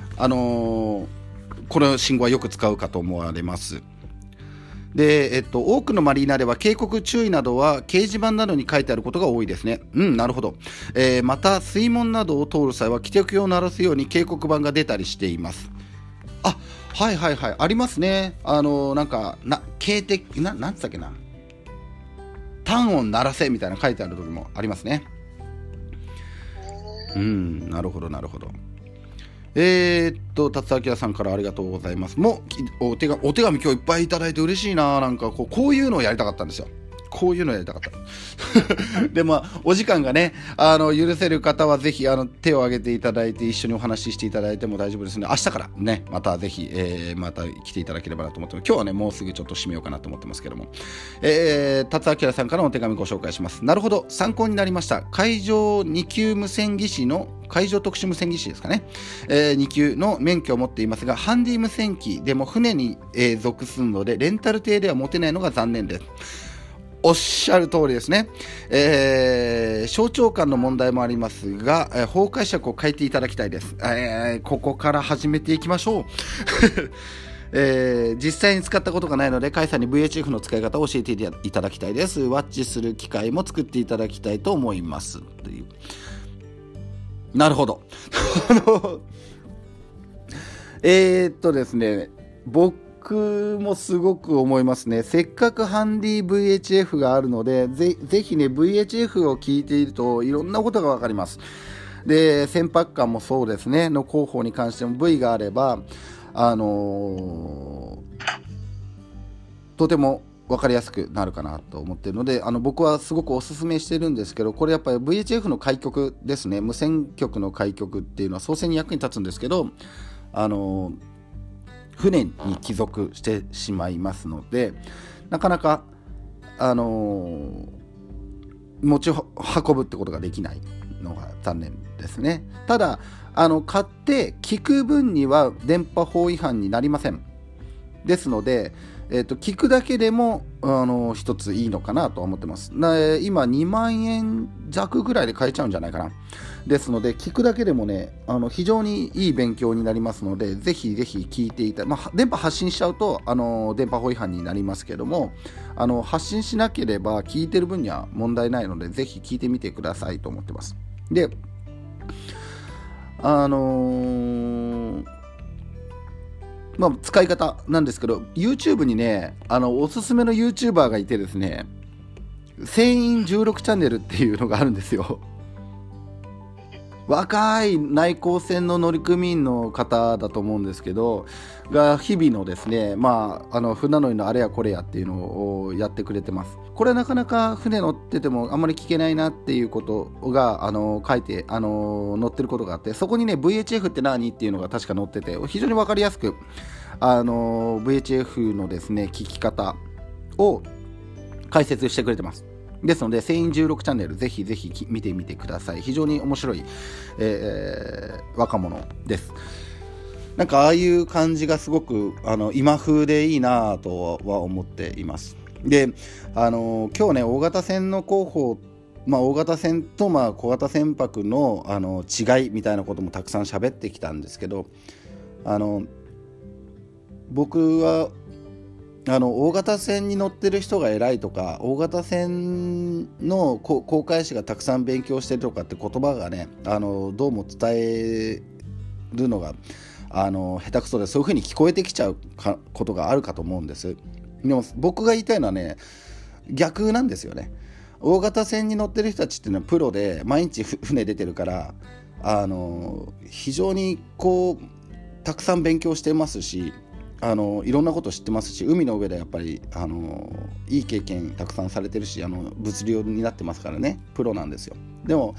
Speaker 1: この信号はよく使うかと思われます。で、多くのマリーナでは警告注意などは掲示板などに書いてあることが多いですね。なるほど。また水門などを通る際は汽笛を鳴らすように警告板が出たりしています。はいはいはい、ありますね。なんか警笛なんつったっけな、単音鳴らせみたいな書いてある時もありますね。なるほどなるほど。達明さんからありがとうございます。もうお手紙今日いっぱいいただいて嬉しいな。なんかこういうのをやりたかったんですよ。こういうのやりたかったでお時間がね許せる方はぜひ手を挙げていただいて一緒にお話ししていただいても大丈夫ですね。明日からねまたぜひ、また来ていただければなと思ってます。今日はねもうすぐちょっと締めようかなと思ってますけども、達明さんからのお手紙ご紹介します。なるほど、参考になりました。海上2級無線技師の海上特殊無線技師ですかね、2級の免許を持っていますが、ハンディ無線機でも船に、属するのでレンタル艇では持てないのが残念です。おっしゃる通りですね。省庁間の問題もありますが、法解釈を変えていただきたいです。ここから始めていきましょう。実際に使ったことがないので、甲斐さんに VHF の使い方を教えていただきたいです。ワッチする機会も作っていただきたいと思いますという。なるほど。ですね、僕もすごく思いますね。せっかくハンディ VHF があるので、ぜひね VHF を聞いているといろんなことが分かります。で、船舶間もそうですねの広報に関しても V があればとても分かりやすくなるかなと思っているので、僕はすごくお勧めしてるんですけど、これやっぱり VHF の開局ですね、無線局の開局っていうのは操船に役に立つんですけど、船に帰属してしまいますので、なかなか持ち運ぶってことができないのが残念ですね。ただ買って聞く分には電波法違反になりません。ですので、聞くだけでも一ついいのかなと思ってます。今2万円弱ぐらいで買えちゃうんじゃないかな。ですので聞くだけでもね非常にいい勉強になりますので、ぜひぜひ聞いていただ電波発信しちゃうと電波法違反になりますけども、発信しなければ聞いてる分には問題ないので、ぜひ聞いてみてくださいと思ってます。で使い方なんですけど、 YouTube にねおすすめの YouTuber がいてですね、船員16チャンネルっていうのがあるんですよ。 若い内航船の乗組員の方だと思うんですけどが日々のですね、船乗りのあれやこれやっていうのをやってくれてます。これなかなか船乗っててもあんまり聞けないなっていうことが書いて載ってることがあって、そこにね VHF って何っていうのが確か載ってて非常に分かりやすくVHF のですね聞き方を解説してくれてます。ですので船員16チャンネルぜひぜひ見てみてください。非常に面白い、若者です。なんかああいう感じがすごく今風でいいなとは思っています。で今日ね大型船の広報、大型船と小型船舶の違いみたいなこともたくさん喋ってきたんですけど、僕は大型船に乗ってる人が偉いとか大型船の航海士がたくさん勉強してるとかって言葉がねどうも伝えるのが下手くそでそういう風に聞こえてきちゃうことがあるかと思うんです。でも僕が言いたいのはね逆なんですよね。大型船に乗ってる人たちっていうのはプロで毎日船出てるから非常にたくさん勉強してますしいろんなこと知ってますし、海の上でやっぱりいい経験たくさんされてるし物流になってますからねプロなんですよ。でも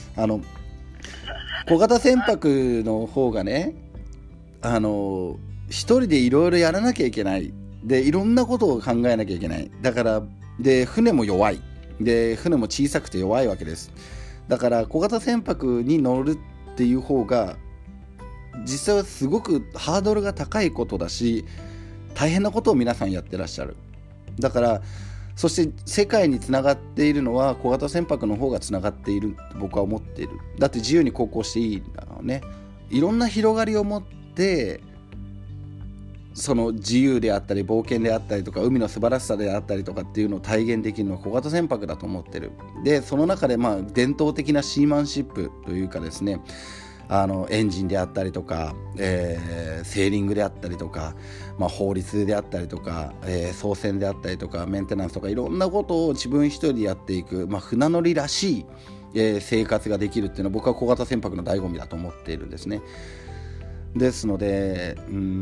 Speaker 1: 小型船舶の方がね一人でいろいろやらなきゃいけないでいろんなことを考えなきゃいけないだからで船も弱いで船も小さくて弱いわけです。だから小型船舶に乗るっていう方が実際はすごくハードルが高いことだし大変なことを皆さんやってらっしゃる。だからそして世界につながっているのは小型船舶の方がつながっていると僕は思っている。だって自由に航行していいんだろうね。いろんな広がりを持ってその自由であったり冒険であったりとか海の素晴らしさであったりとかっていうのを体現できるのは小型船舶だと思ってる。でその中で伝統的なシーマンシップというかですねエンジンであったりとか、セーリングであったりとか、法律であったりとか、操船であったりとかメンテナンスとかいろんなことを自分一人でやっていく、船乗りらしい、生活ができるっていうのは僕は小型船舶の醍醐味だと思っているんですね。ですので、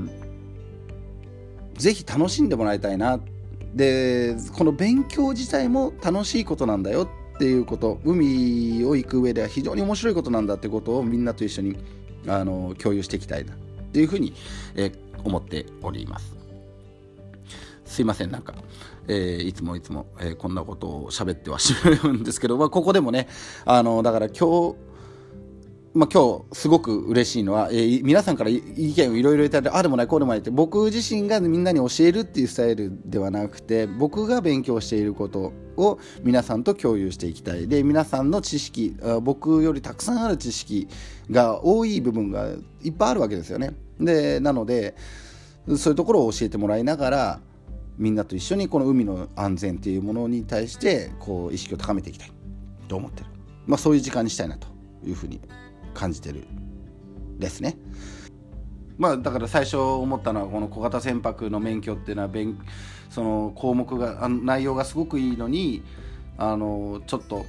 Speaker 1: ぜひ楽しんでもらいたいな。でこの勉強自体も楽しいことなんだよっていうこと、海を行く上では非常に面白いことなんだってことをみんなと一緒に共有していきたいなっていうふうに、思っております。すいませんいつも、こんなことを喋ってはしまうんですけど、ここでもねだから今日すごく嬉しいのは、皆さんから意見をいろいろいただいてああでもないこうでもないって僕自身がみんなに教えるっていうスタイルではなくて僕が勉強していることを皆さんと共有していきたい。で皆さんの知識僕よりたくさんある知識が多い部分がいっぱいあるわけですよね。でなのでそういうところを教えてもらいながらみんなと一緒にこの海の安全っていうものに対して意識を高めていきたいと思ってる、そういう時間にしたいなというふうに感じてるですね。だから最初思ったのはこの小型船舶の免許っていうのはその項目が内容がすごくいいのにちょっと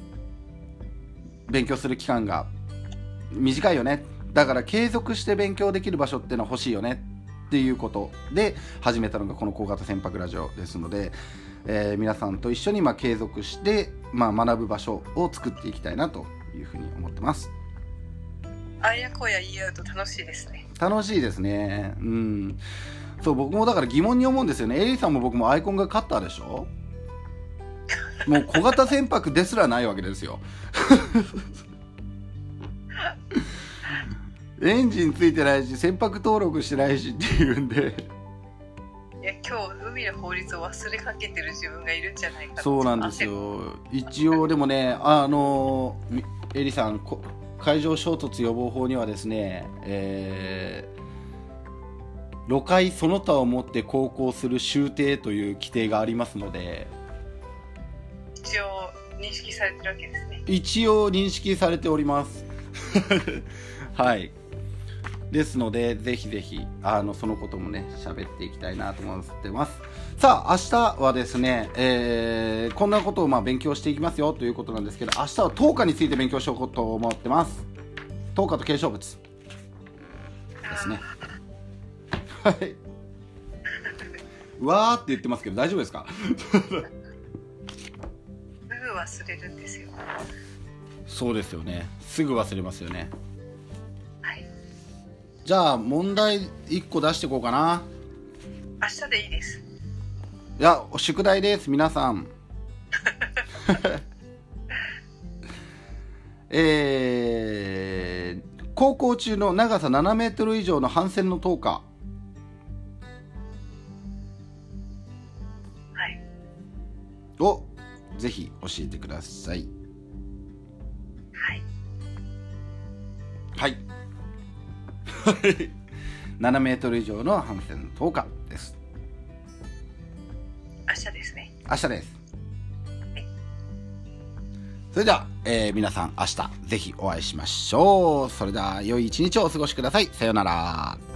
Speaker 1: 勉強する期間が短いよね。だから継続して勉強できる場所っていうのは欲しいよねっていうことで始めたのがこの小型船舶ラジオですので、皆さんと一緒に継続して、学ぶ場所を作っていきたいなというふうに思ってます。
Speaker 2: あやこや言い合うと楽しいですね。
Speaker 1: 楽しいですね。そう僕もだから疑問に思うんですよね。エリーさんも僕もアイコンがカッターでしょもう小型船舶ですらないわけですよエンジンついてないし船舶登録してないしっていうんで
Speaker 2: いや今日海の法律を忘れかけてる自分がいるんじゃないかな。
Speaker 1: そうなんですよ。一応でもねエリさん海上衝突予防法にはですね、路海その他をもって航行する終艇という規定がありますので
Speaker 2: 一応認識されてるわけですね。
Speaker 1: 一応認識されておりますはいですのでぜひぜひそのこともね喋っていきたいなと思ってます。さあ明日はですね、こんなことを勉強していきますよということなんですけど明日は10日について勉強しようと思ってます。 10日と軽勝物ですね。はい。わーって言ってますけど大丈夫ですか？
Speaker 2: すぐ忘れるんですよ。
Speaker 1: そうですよね。すぐ忘れますよね。
Speaker 2: はい。
Speaker 1: じゃあ問題1個出していこうかな。
Speaker 2: 明日でいいです。
Speaker 1: いや、宿題です、皆さん。航行中の長さ7メートル以上の帆船の灯火をぜひ教えてください。はい。7メートル以上の帆船の灯火です。
Speaker 2: 明日ですね。
Speaker 1: 明日です。それでは、皆さん明日ぜひお会いしましょう。それでは良い一日をお過ごしください。さようなら。